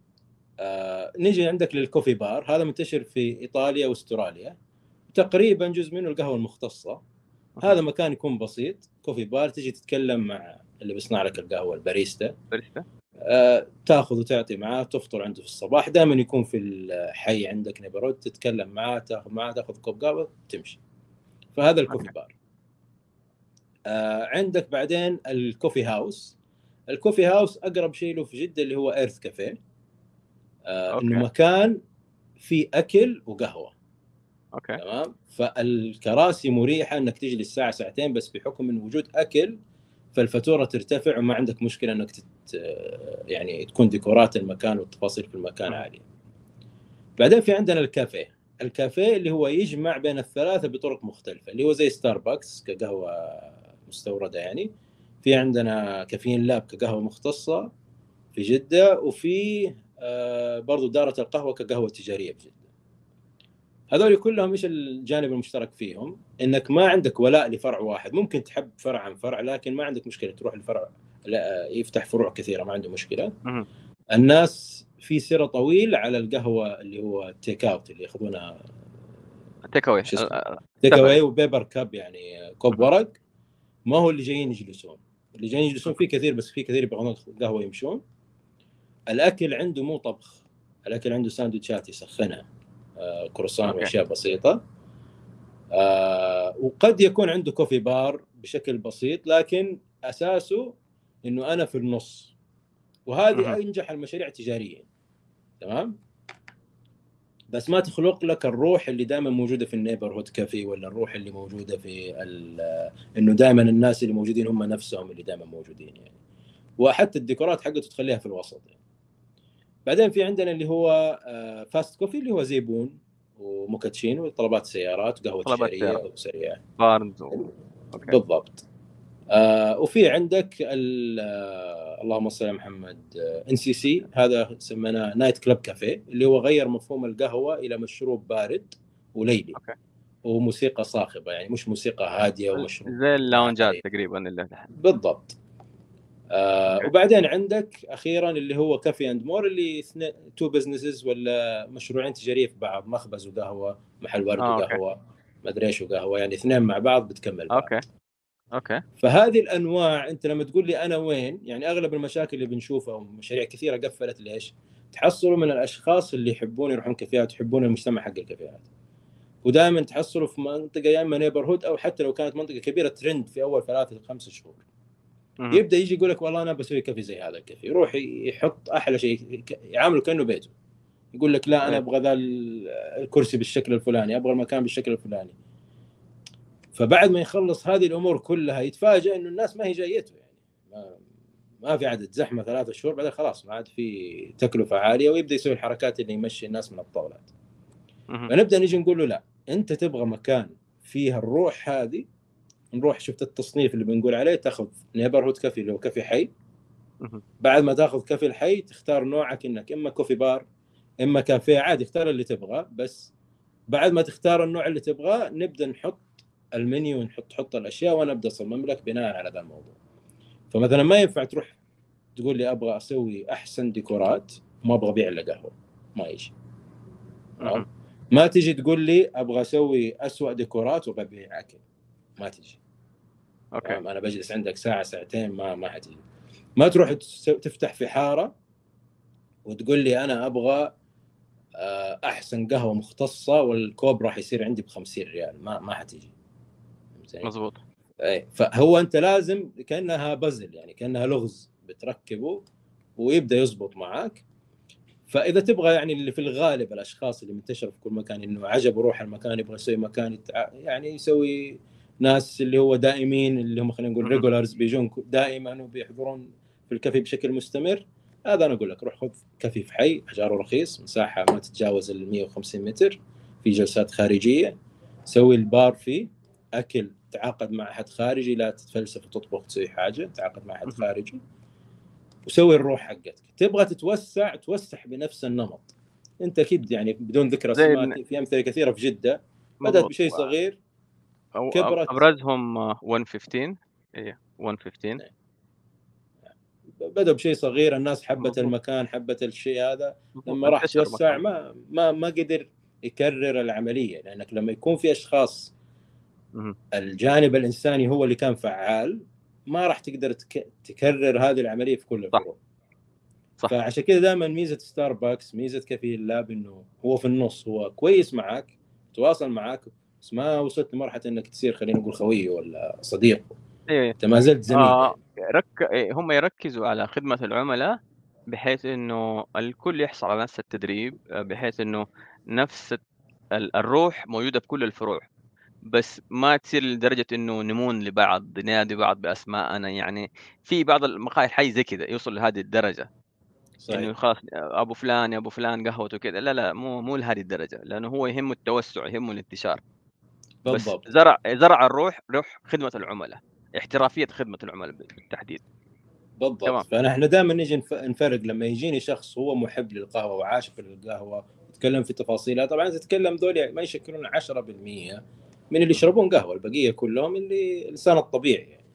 آه نيجي عندك للكوفي بار، هذا منتشر في ايطاليا واستراليا، تقريبا جزء منه القهوه المختصه. هذا مكان يكون بسيط، كوفي بار، تجي تتكلم مع اللي بيصنع لك القهوه الباريستا، باريستا آه تاخذ وتعطي معاه، تفطر عنده في الصباح، دائما يكون في الحي عندك نيبرود، تتكلم معاه، تاخذ معاه، تاخذ كوب قهوه تمشي. فهذا الكوفي بار. آه عندك بعدين الكوفي هاوس. الكوفي هاوس اقرب شيء له في جده اللي هو ايرث كافيه، آه انه مكان فيه اكل وقهوه. اوكي تمام. فالكراسي مريحه انك تجلس ساعه ساعتين، بس بحكم من وجود اكل فالفاتوره ترتفع، وما عندك مشكله انك تت... يعني تكون ديكورات المكان والتفاصيل في المكان عاليه. بعدين في عندنا الكافيه. الكافيه اللي هو يجمع بين الثلاثه بطرق مختلفه، اللي هو زي ستاربكس كقهوه مستورده يعني. في عندنا كافيين لاب كقهوه مختصه في جده، وفي آه برضو دارة القهوه كقهوه تجاريه في جده. هذول كلهم ايش الجانب المشترك فيهم؟ انك ما عندك ولاء لفرع واحد. ممكن تحب فرع عن فرع، لكن ما عندك مشكله تروح الفرع، لا يفتح فروع كثيره ما عنده مشكله. الناس في سيره طويل على القهوه اللي هو التيك اوت، اللي ياخذونها تيك اوي، تيك اوي وبيبر كاب، يعني كوب ورق. ما هو اللي جايين يجلسون، اللي جايين يجلسون فيه كثير، بس في كثير يبغون قهوه يمشون. الاكل عنده مو طبخ، الاكل عنده ساندويتشات يسخنها، آه كروسان واشياء بسيطه. آه وقد يكون عنده كوفي بار بشكل بسيط، لكن اساسه انه انا في النص. وهذه انجح المشاريع التجاريه. تمام. بس ما تخلق لك الروح اللي دائما موجوده في النيبرهود كافي، ولا الروح اللي موجوده في انه دائما الناس اللي موجودين هم نفسهم اللي دائما موجودين يعني. وحتى الديكورات حقته تخليها في الوسط يعني. بعدين في عندنا اللي هو فاست كوفي، اللي هو زيبون وموكاتشينو وطلبات سيارات وقهوه تجاريه وسريعه بارنز و... أوكي. بالضبط. آه وفي عندك آه اللهم صل على محمد ان سي سي، هذا سميناه نايت كلب كافيه، اللي هو غير مفهوم القهوه الى مشروب بارد وليلي. أوكي. وموسيقى صاخبه، يعني مش موسيقى هاديه ومشروب زي اللاونجات تقريبا اللي تحت. بالضبط. آه وبعدين عندك اخيرا اللي هو كافي اند مور، اللي تو بزنسز ولا مشروعين تجاريه في بعض، مخبز وقهوه، محل ورد اه اوكي وقهوه، ما ادري ايش وقهوه، يعني اثنين مع بعض بتكمل بعض. اوكي اوكي فهذه الانواع انت لما تقول لي انا وين، يعني اغلب المشاكل اللي بنشوفها ومشاريع كثيره قفلت ليش؟ تحصلوا من الاشخاص اللي يحبون يروحون كافيهات، يحبون المجتمع حق الكافيهات، ودائما تحصلوا في منطقه يا اما نيبرهود او حتى لو كانت منطقه كبيره ترند في اول ثلاثة خمسة شهور. مهم. يبدا يجي يقول لك والله انا بسوي كافي زي هذا الكافي، يروح يحط احلى شيء، يعامله كانه بيته، يقول لك لا انا إيه. ابغى ذا الكرسي بالشكل الفلاني، ابغى المكان بالشكل الفلاني. فبعد ما يخلص هذه الامور كلها يتفاجئ انه الناس ما هي جايته، يعني ما, ما في عدد، زحمه ثلاثة شهور بعدين خلاص ما عاد في تكلفه عاليه، ويبدا يسوي الحركات اللي يمشي الناس من الطاولات. مهم. فنبدا نيجي نقول له لا، انت تبغى مكان فيها الروح هذه، نروح شفت التصنيف اللي بنقول عليه، تاخذ نيبرهود كافي اللي هو كافي حي. مهم. بعد ما تاخذ كافي الحي تختار نوعك، انك اما كوفي بار اما كافيه عادي، اختار اللي تبغاه. بس بعد ما تختار النوع اللي تبغاه نبدا نحط المنيو ونحط حط الاشياء، وانا ابدا اصمم لك بناء على ذا الموضوع. فمثلا ما ينفع تروح تقول لي ابغى اسوي احسن ديكورات وما ابغى ابيع الا قهوه، ما يجي. مهم. ما تيجي تقول لي ابغى اسوي اسوأ ديكورات وابغى ابيع اكل، ما تيجي. اوكي انا بجلس عندك ساعه ساعتين، ما ما حتيجي. ما تروح تفتح في حاره وتقول لي انا ابغى احسن قهوه مختصه والكوب راح يصير عندي ب خمسين ريال، ما ما حتيجي. مظبوط. اي فهو انت لازم كانها بزل، يعني كانها لغز بتركبه ويبدا يزبط معاك. فاذا تبغى يعني اللي في الغالب الاشخاص اللي منتشر في كل مكان انه عجبه روح المكان، يبغى يسوي مكان يتع... يعني يسوي ناس اللي هو دائمين، اللي هم خلينا نقول ريجولارز، بيجون دائما وبيحضرون في الكافي بشكل مستمر. هذا انا اقول لك روح خذ كافي في حي، اجاره رخيص، مساحه ما تتجاوز ال مية وخمسين متر، في جلسات خارجيه، سوي البار فيه، اكل تعاقد مع احد خارجي، لا تتفلسف وتطبخ تسوي حاجه، تعاقد مع احد خارجي، وسوي الروح حقتك. تبغى تتوسع توسع بنفس النمط. انت اكيد يعني بدون ذكر اسماء في امثله كثيره في جده بدات بشيء صغير كبرت. ابرزهم مية وخمستاشر. ايه مية وخمستاشر بدأ بشيء صغير، الناس حبت المكان، حبت الشيء هذا، لما راح انتشر توسع ما ما ما قدر يكرر العمليه. لانك لما يكون في اشخاص الجانب الانساني هو اللي كان فعال، ما راح تقدر تك... تكرر هذه العمليه في كل الفروع. صح. فعشان كذا دائما ميزه ستاربكس، ميزه كافي اللاب، انه هو في النص، هو كويس معك، تواصل معك، بس ما وصلت لمرحله انك تصير خلينا نقول خويه ولا صديق. ايه انت ما زلت زميل. آه رك... إيه هم يركزوا على خدمه العملاء، بحيث انه الكل يحصل على نفس التدريب، بحيث انه نفس الروح موجوده في كل الفروع، بس ما تصير لدرجه انه نمون لبعض، ننادي بعض باسماء. انا يعني في بعض المقاهي حي زي كذا يوصل لهذه الدرجه، صحيح. انه خلاص ابو فلان يا ابو فلان قهوته كذا. لا لا مو مو لهذه الدرجه، لانه هو يهمه التوسع، يهمه الانتشار. بس بالضبط. زرع زرع الروح، روح خدمه العملاء، احترافيه خدمه العملاء بالتحديد. بالضبط. تمام. فنحن دائما نجي نفرق لما يجيني شخص هو محب للقهوه وعاشق للقهوه يتكلم في تفاصيلها. طبعا تتكلم ذول ما يشكلون عشرة بالمية من اللي يشربون قهوه، البقيه كلهم اللي لسان الطبيعي يعني.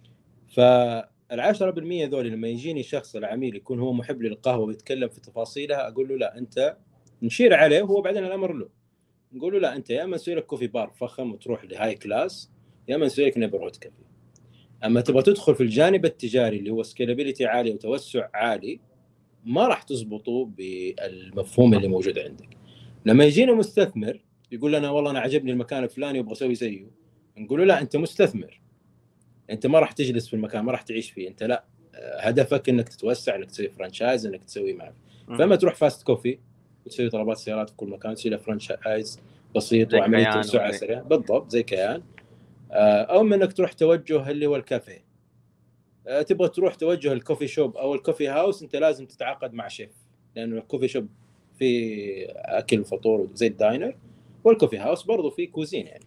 فالعشرة بالمية ذول لما يجيني شخص العميل يكون هو محب للقهوه ويتكلم في تفاصيلها، اقول له لا، انت نشير عليه وهو بعدين الامر له. نقول له لا، انت يا اما نسوي لك كوفي بار فخم وتروح لهاي كلاس، يا اما نسوي لك نيبرهود كافي. اما تبغى تدخل في الجانب التجاري اللي هو سكيلابيلتي عاليه وتوسع عالي، ما راح تزبطوا بالمفهوم اللي موجود عندك. لما يجينا مستثمر يقول لنا والله انا عجبني المكان الفلاني وابغى اسوي زيه، نقول له لا، انت مستثمر، انت ما راح تجلس في المكان، ما راح تعيش فيه، انت لا، هدفك انك تتوسع، انك تسوي فرانشايز، انك تسوي معك. فما تروح فاست كوفي وتسوي طلبات سيارات في كل مكان، تسوي له فرانشايز بسيط وعمليه توسعه سريعه. بالضبط زي كيان. او انك تروح توجه اللي هو الكافيه، تبغى تروح توجه الكوفي شوب او الكوفي هاوس، انت لازم تتعاقد مع شيف، لانه الكوفي شوب في اكل فطور زي الداينر، والكوفي هاوس برضو في كوزين يعني.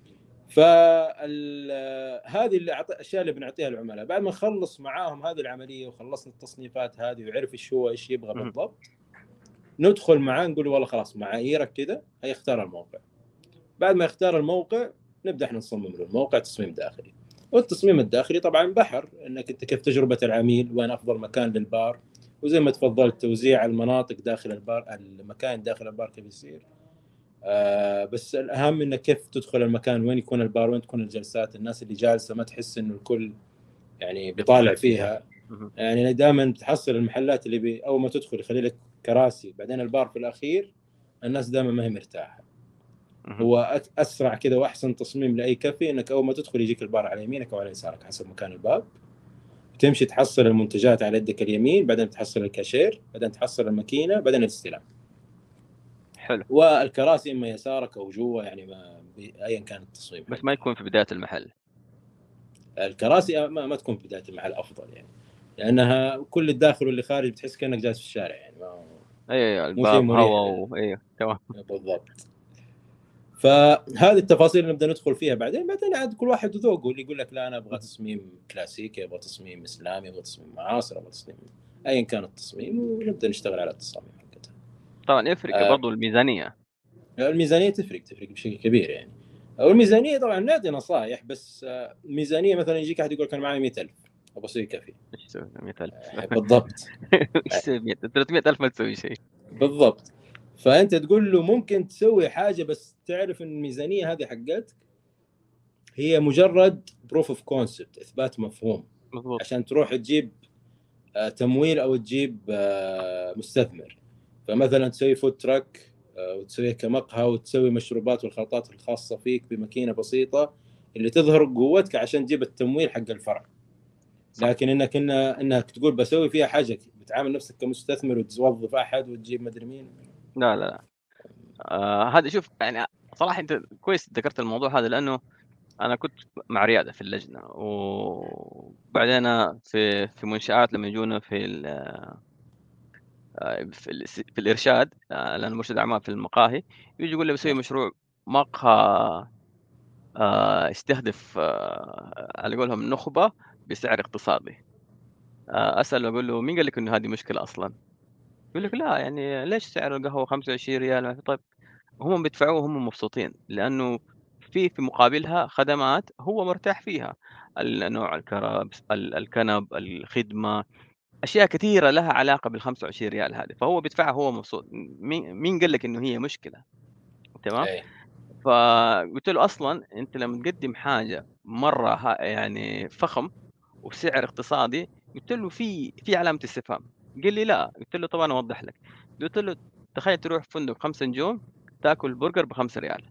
فهذه الاشياء اللي بنعطيها العملاء بعد ما نخلص معاهم هذه العمليه وخلصنا التصنيفات هذه ويعرف ايش هو ايش يبغى بالضبط. ندخل معاه نقول له والله خلاص معاييرك كذا، هيختار الموقع. بعد ما يختار الموقع نبدا احنا نصمم له الموقع تصميم داخلي. والتصميم الداخلي طبعا بحر، انك انت كيف تجربه العميل، وين افضل مكان للبار، وزي ما تفضلت توزيع المناطق داخل البار، المكان داخل البار كيف يصير. آه بس الاهم انك كيف تدخل المكان، وين يكون البار، وين تكون الجلسات، الناس اللي جالسه ما تحس انه الكل يعني بيطالع فيها. يعني دائما تحصل المحلات اللي بي اول ما تدخل يخلي لك كراسي، بعدين البار في الاخير، الناس دائما ما هي مرتاحه. هو اسرع كذا واحسن تصميم لاي كافي انك اول ما تدخل يجيك البار على يمينك او على يسارك حسب مكان الباب، تمشي تحصل المنتجات على يدك اليمين، بعدين تحصل الكاشير، بعدين تحصل الماكينه، بعدين الاستلام. حلو. والكراسي اما يسارك او جوا، يعني ما ايا كان التصميم، بس ما يكون في بدايه المحل. الكراسي ما, ما تكون في بدايه المحل افضل، يعني لانها كل الداخل واللي خارج بتحس كانك جالس في الشارع، يعني ما ايوه الباب هواء. ايوه تمام بالضبط. فهذه التفاصيل نبدا ندخل فيها بعدين. بعدين عاد كل واحد وذوقه، اللي يقول لك لا انا ابغى تصميم كلاسيكي، ابغى تصميم اسلامي، ابغى تصميم معاصر، ابغى تصميم ايا كان التصميم، ونبدا نشتغل على التصاميم حقتها. طبعا يفرق آه برضو الميزانيه. الميزانيه تفرق تفرق بشكل كبير يعني. او الميزانيه طبعا نعطي نصائح، بس الميزانيه مثلا يجيك احد يقول كان معي مئة ألف ابغى اسوي كافي، ايش تسوي مئة ألف؟ بالضبط. ايش تسوي ثلاثمئة ألف؟ ما تسوي شيء بالضبط. فانت تقول له ممكن تسوي حاجه، بس تعرف ان الميزانيه هذه حقتك هي مجرد بروف اوف كونسبت، اثبات مفهوم. مضبوط. عشان تروح تجيب تمويل او تجيب مستثمر، فمثلا تسوي فود تراك وتسويه كمقهى، وتسوي مشروبات والخلطات الخاصه فيك بماكينه بسيطه اللي تظهر قوتك عشان تجيب التمويل حق الفرع. لكن انك إن انك تقول بسوي فيها حاجه بتعامل نفسك كمستثمر وتوظف احد وتجيب مدري مين، لا لا لا. آه هذا شوف يعني صراحه انت كويس ذكرت الموضوع هذا، لانه انا كنت مع رياده في اللجنه، وبعدين في في منشات لما يجونا في في, في الارشاد، لان مرشد اعمال في المقاهي، يجي يقول لي بسوي مشروع مقهى يستهدف على قولهم نخبه بسعر اقتصادي. اسال اقول له مين قال لك انه هذه مشكله اصلا؟ يقول لك لا يعني ليش سعر القهوه خمسة وعشرين ريال؟ طيب هم بيدفعوه وهم مبسوطين، لانه في في مقابلها خدمات هو مرتاح فيها، النوع الكرب الكنب الخدمه، اشياء كثيره لها علاقه بال خمسة وعشرين ريال هذه، فهو بيدفعها هو مبسوط. مين مين قال لك انه هي مشكله؟ تمام. أي. فقلت له اصلا انت لما تقدم حاجه مره يعني فخم وبسعر اقتصادي، قلت له في في علامه استفهام. قال لي لا. قلت له طبعا اوضح لك. قلت له تخيل تروح فندق خمسة نجوم تاكل برجر بخمسة ريال.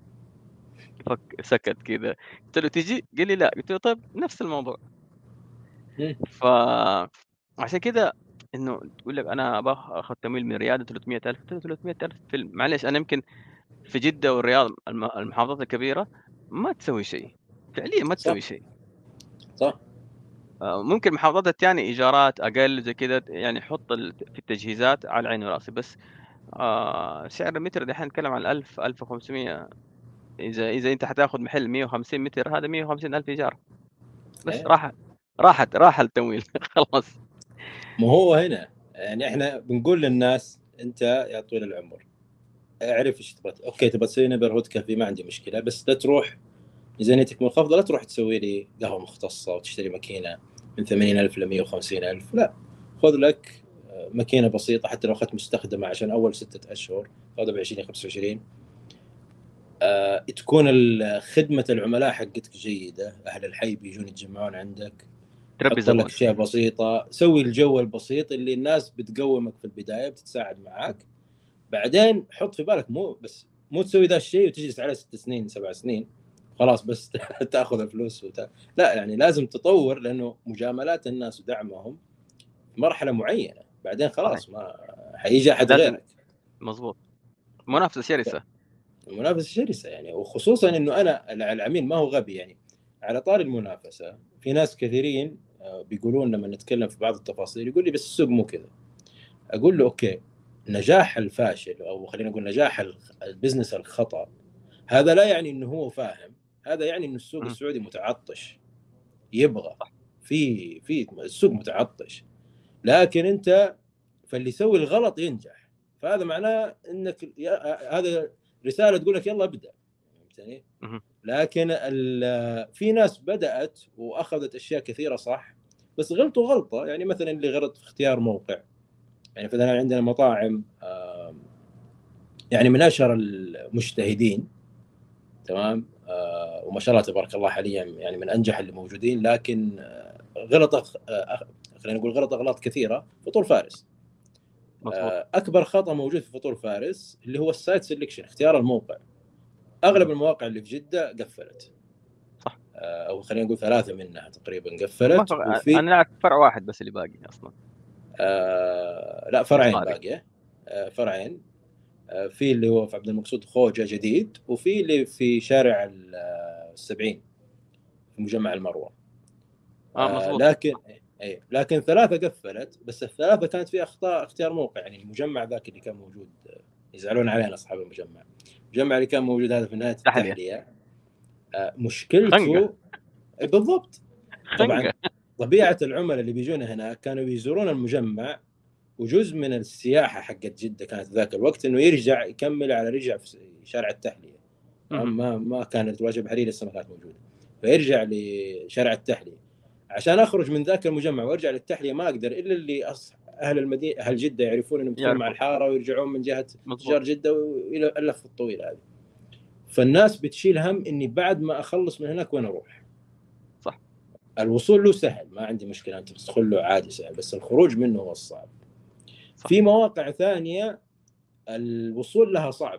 فك سكت كذا. قلت له تجي؟ قال لي لا. قلت له طيب نفس الموضوع. ف عشان كذا انه تقول لك انا باخذ تمويل من رياض ثلاثمئة ألف. قلت له ثلاثمئة ألف فيلم، معلش انا يمكن في جده والرياض المحافظات الكبيره ما تسوي شيء فعليا، ما تسوي شيء. صح. ممكن المحافظات الثانيه ايجارات اقل زي كذا، يعني حط في التجهيزات على عيني وراسي، بس آه سعر المتر دحين نتكلم عن ألف ألف وخمسمئة. اذا اذا انت حتاخذ محل مئة وخمسين متر، هذا مئة وخمسين ألف ايجار بس. أي. راحت راحت راح التمويل خلاص. ما هو هنا يعني احنا بنقول للناس انت يا طويل العمر اعرف ايش تبغى. اوكي تبغى تسوي نيبرهود كافي ما عندي مشكله، بس لا تروح ميزانيتك منخفضه، لا تروح تسوي لي قهوه مختصه وتشتري ماكينه من ثمانين ألف ل مئة وخمسين ألف. لا، خذ لك ماكينه بسيطه حتى لو اخذت مستخدمه عشان اول ستة اشهر، خذها ب عشرين خمسة وعشرين. أه تكون خدمه العملاء حقتك جيده، اهل الحي بيجون يتجمعون عندك، تربي حط لك زبون. اشياء بسيطه، سوي الجو البسيط اللي الناس بتقومك في البدايه، بتتساعد معاك. بعدين حط في بالك مو بس مو تسوي ذا الشيء وتجلس عليه ست سنين سبع سنين خلاص بس تاخذ الفلوس وت... لا يعني لازم تطور، لانه مجاملات الناس ودعمهم مرحله معينه، بعدين خلاص ما حيجي احد غيرك. مظبوط. منافسه شرسه. المنافسه شرسه يعني، وخصوصا انه انا العميل ما هو غبي. يعني على طار المنافسه، في ناس كثيرين بيقولون لما نتكلم في بعض التفاصيل يقول لي بس السوق مو كذا. اقول له اوكي، نجاح الفاشل او خلينا نقول نجاح البزنس الخطأ هذا لا يعني انه هو فاهم، هذا يعني انه السوق السعودي متعطش يبغى، في في السوق متعطش. لكن انت فاللي يسوي الغلط ينجح، فهذا معناه انك هذا رساله تقول لك يلا ابدا، فهمتني؟ مهم. لكن ال- في ناس بدأت وأخذت أشياء كثيرة صح، بس غلطوا غلطة. يعني مثلا اللي غلط في اختيار موقع، يعني مثلا عندنا مطاعم آم، يعني من أشهر المجتهدين، تمام، آه، وما شاء الله تبارك الله حاليا يعني من أنجح اللي موجودين، لكن آه، غلط أخ- آه، أخ- خلينا نقول غلط أغلاط كثيرة. فطور فارس مظبوط. آه، أكبر خطأ موجود في فطور فارس اللي هو السايت سيلكشن، اختيار الموقع. أغلب مهم. المواقع اللي في جدة قفلت، صح. آه، او خلينا نقول ثلاثه منها تقريبا ما قفلت. فرق. وفي انا لاعب فرع واحد بس اللي باقي اصلا. آه لا فرعين مصاري. باقيه، آه فرعين. آه في اللي هو في عبد المقصود خوجه جديد، وفي اللي في شارع ال- آه، السبعين في مجمع المروه. اه آه مظبوط. لكن اي لكن ثلاثه قفلت، بس الثلاثه كانت في اخطاء اختيار موقع. يعني المجمع ذاك اللي كان موجود، آه، يزعلون علينا اصحاب المجمع. المجمع اللي كان موجود هذا في نهايه تحليه. التحليه، آه خنقه. مشكلته بالضبط. طبعا خنقه. طبيعه العملاء اللي بيجون هناك كانوا بيزورون المجمع، وجزء من السياحه حقت جده كانت ذاك الوقت انه يرجع يكمل على رجع في شارع التحليه. مهم. ما ما كانت الواجهه البحريه لسه ما كانت موجوده، فيرجع لشارع التحليه. عشان اخرج من ذاك المجمع وارجع للتحليه ما اقدر الا اللي أص... اهل المدينه اهل جده يعرفون انهم يدخلون مع يعرفوا. الحاره ويرجعون من جهه مظبوط. تجار جده والى اللفه الطويله هذه. فالناس بتشيل هم اني بعد ما اخلص من هناك وين اروح. صح. الوصول له سهل، ما عندي مشكله، انت تدخل له عادي سهل، بس الخروج منه هو الصعب. صح. في مواقع ثانيه الوصول لها صعب،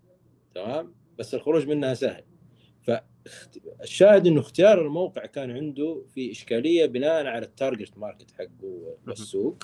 تمام، بس الخروج منها سهل. فالشاهد انه اختيار الموقع كان عنده في اشكاليه بناء على التارجت ماركت حقه والسوق.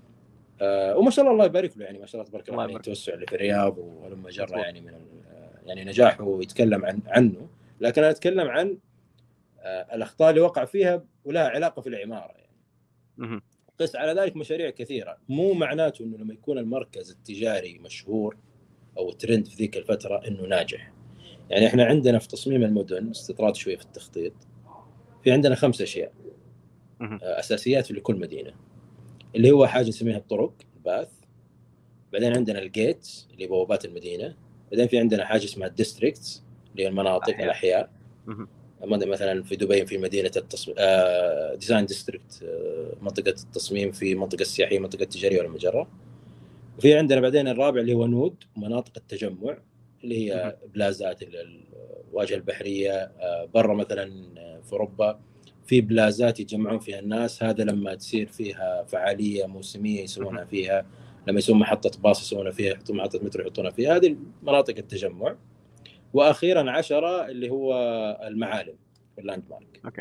آه وما شاء الله الله يبارك له، يعني ما شاء الله تبارك الله الله عليه، يبارك. التوسع اللي في الرياض ولما جرى مظبوط. يعني من يعني نجاحه يتكلم عن عنه. لكن انا اتكلم عن آه الاخطاء اللي وقع فيها ولها علاقه في العماره يعني. مهم. قس على ذلك مشاريع كثيره. مو معناته انه لما يكون المركز التجاري مشهور او ترند في ذيك الفتره انه ناجح. يعني احنا عندنا في تصميم المدن استطراد شويه في التخطيط، في عندنا خمس اشياء مهم. اساسيات لكل مدينه، اللي هو حاجه نسميها الطرق الباث. بعدين عندنا الجيتس اللي بوابات المدينه. بعدين في عندنا حاجه اسمها الديستريكتس اللي هي المناطق أحياء. الاحياء. مهم. مثلا في دبي في مدينه التصميم آه ديزاين ديستريكت، آه منطقه التصميم في منطقه السياحيه منطقه التجاريه والمجره. وفي عندنا بعدين الرابع اللي هو نود، مناطق التجمع اللي مهم. هي بلازات الواجهه البحريه. آه برا مثلا في اوروبا في بلازات يتجمعون فيها الناس، هذا لما تصير فيها فعاليه موسميه يسوونها مهم. فيها، لما يسوون محطه باص يسوونها فيها، يحطون محطه مترو يحطونها فيها. هذه مناطق التجمع. واخيرا عشرة اللي هو المعالم واللاند مارك. اوكي.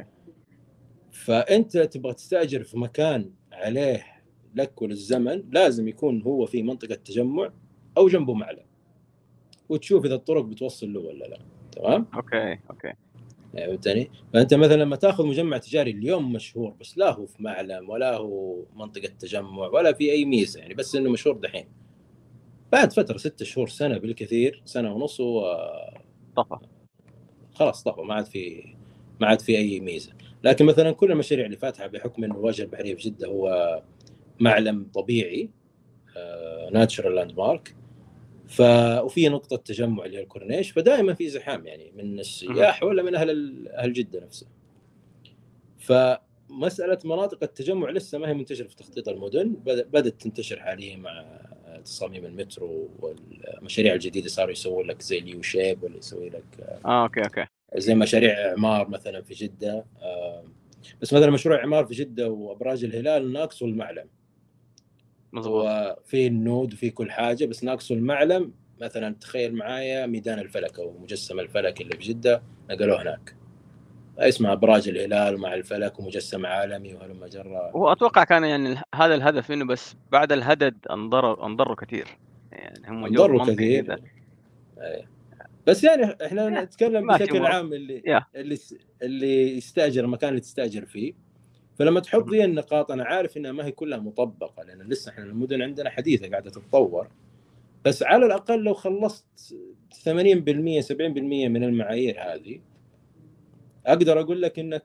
فانت تبغى تستاجر في مكان عليه لك وللزمن، لازم يكون هو في منطقه تجمع او جنبه معلم، وتشوف اذا الطرق بتوصل له ولا لا. تمام، اوكي. اوكي. فهمتني؟ فانت مثلا لما تاخذ مجمع تجاري اليوم مشهور بس لا هو في معلم ولا هو منطقه تجمع ولا في اي ميزه، يعني بس انه مشهور دحين، بعد فتره ست شهور سنه بالكثير، سنه ونص، طفى. خلاص طفى، ما عاد في ما عاد في اي ميزه. لكن مثلا كل المشاريع اللي فاتحه بحكم انه الواجهه البحريه في جده هو معلم طبيعي، ناتشرال لاند مارك، ف وفي نقطه تجمع اللي هي الكورنيش، فدائما في زحام يعني من مهم. السياح ولا من اهل اهل جده نفسه. فمساله مناطق التجمع لسه ما هي منتشره في تخطيط المدن، بدات تنتشر حاليا مع تصاميم المترو والمشاريع الجديده، صاروا يسوون لك زي اليو شيب ولا يسوي لك اه اوكي. اوكي. زي مشاريع اعمار مثلا في جده. بس مثلا مشروع اعمار في جده وابراج الهلال ناقصه المعلم. مظبوط. هو في النود وفي كل حاجه بس ناقصه المعلم. مثلا تخيل معايا ميدان الفلك او مجسم الفلك اللي في جده نقلوه هناك، اسمها ابراج الهلال مع الفلك ومجسم عالمي وهلم جرى. هو اتوقع كان يعني هذا الهدف منه، بس بعد الهدد انضروا انضروا كثير. يعني هم جو انضروا بمنطقه كذا. كثير. بس يعني احنا نتكلم ماشي بشكل اموره. عام، اللي يا اللي اللي يستاجر المكان اللي تستاجر فيه. فلما تحط ذي النقاط انا عارف انها ما هي كلها مطبقه، لان لسه احنا المدن عندنا حديثه قاعده تتطور، بس على الاقل لو خلصت ثمانين بالمئة سبعين بالمئة من المعايير هذه اقدر اقول لك انك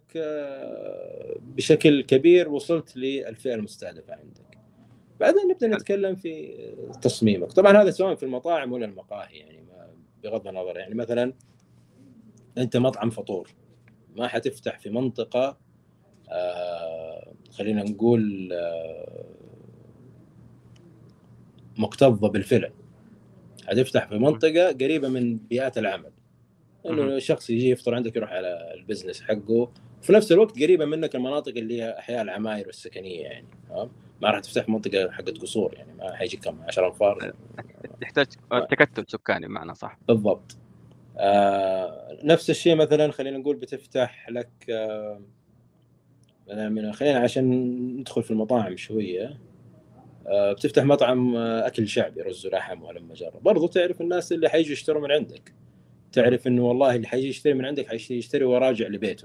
بشكل كبير وصلت للفئه المستهدفه عندك. بعدين نبدا نتكلم في تصميمك. طبعا هذا سواء في المطاعم ولا المقاهي، يعني بغض النظر. يعني مثلا انت مطعم فطور، ما حتفتح في منطقه آه خلينا نقول آه مكتظه بالفئه، حتفتح في منطقه قريبه من بيئات العمل، انه الشخص يجي يفطر عندك يروح على البزنس حقه، وفي نفس الوقت قريبه منك المناطق اللي هي احياء العماير والسكنيه يعني. تمام، ما راح تفتح منطقه حقت قصور يعني، ما حيجي كم عشرة انفار. تحتاج ما- تكتل سكاني بمعنى صح. بالضبط. آه نفس الشيء مثلا خلينا نقول بتفتح لك آه من خلينا عشان ندخل في المطاعم شويه، آه بتفتح مطعم آه اكل شعبي، رز ولحم ولما جرب، برضو تعرف الناس اللي حيجوا يشتروا من عندك، تعرف انه والله اللي حيجي يشتري من عندك حيجي يشتري وراجع لبيته،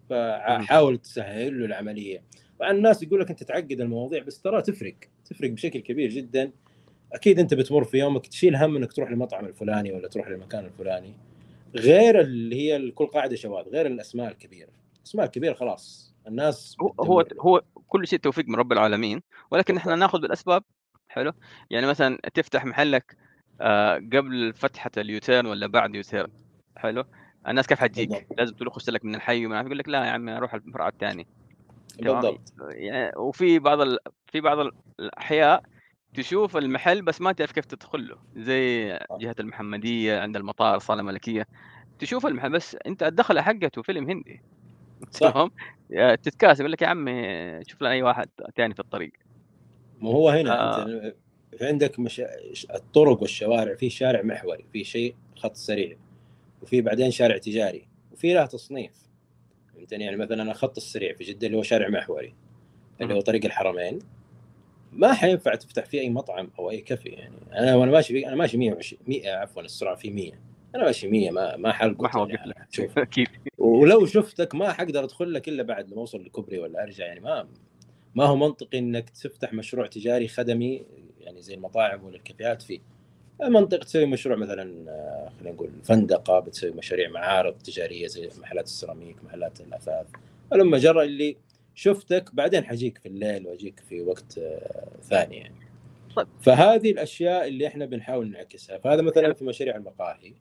فحاول تسهل له العمليه. طبعا الناس يقول لك انت تعقد المواضيع، بس ترى تفرق تفرق بشكل كبير جدا. اكيد انت بتمر في يومك تشيل هم انك تروح للمطعم الفلاني ولا تروح للمكان الفلاني، غير اللي هي كل قاعده شواذ، غير الاسماء الكبيره. الاسماء الكبيره خلاص الناس هو هو بتدور له. هو كل شيء توفيق من رب العالمين، ولكن احنا بالضبط. ناخذ بالاسباب. حلو. يعني مثلا تفتح محلك آه، قبل فتحه اليوتيرن ولا بعد يوتيرن. حلو. الناس كيف حتجيك؟ بالضبط. لازم تروح خش لك من الحي ومن عارف، يقول لك لا يا عمي اروح الفرع الثاني. تمام. بالضبط. يعني وفي بعض ال... في بعض ال- الاحياء تشوف المحل بس ما تعرف كيف تدخل له، زي جهه المحمديه عند المطار صاله ملكيه. تشوف المحل بس انت الدخله حقته فيلم هندي. صح. تمام. آه، تتكاسل يقول لك يا عمي شوف لنا اي واحد ثاني في الطريق. مو هو هنا انت آه، في عندك مش الطرق والشوارع، في شارع محوري، في شيء خط سريع، وفي بعدين شارع تجاري، وفي له تصنيف. فهمتني؟ يعني مثلا الخط السريع في جده اللي هو شارع محوري، اللي مهم. هو طريق الحرمين، ما حينفع تفتح فيه اي مطعم او اي كافي. يعني انا وانا ماشي فيه، انا ماشي مية وعشرين مية، عفوا السرعه في مية، انا ماشي مية، ما ما ما حلقط حوقف يعني لك. شوف. اكيد. ولو شفتك ما حقدر ادخل لك الا بعد لما اوصل الكوبري ولا ارجع. يعني ما ما هو منطقي انك تفتح مشروع تجاري خدمي يعني زي المطاعم ولا الكافيهات فيه منطقة تسوي مشروع مثلا آه، خلينا نقول فندقة، بتسوي مشاريع معارض تجارية زي محلات السيراميك، محلات الأثاث. ولما جرى اللي شفتك بعدين حجيك في الليل واجيك في وقت آه، ثاني يعني. طيب فهذه الأشياء اللي احنا بنحاول نعكسها. فهذا مثلا في مشاريع المقاهي.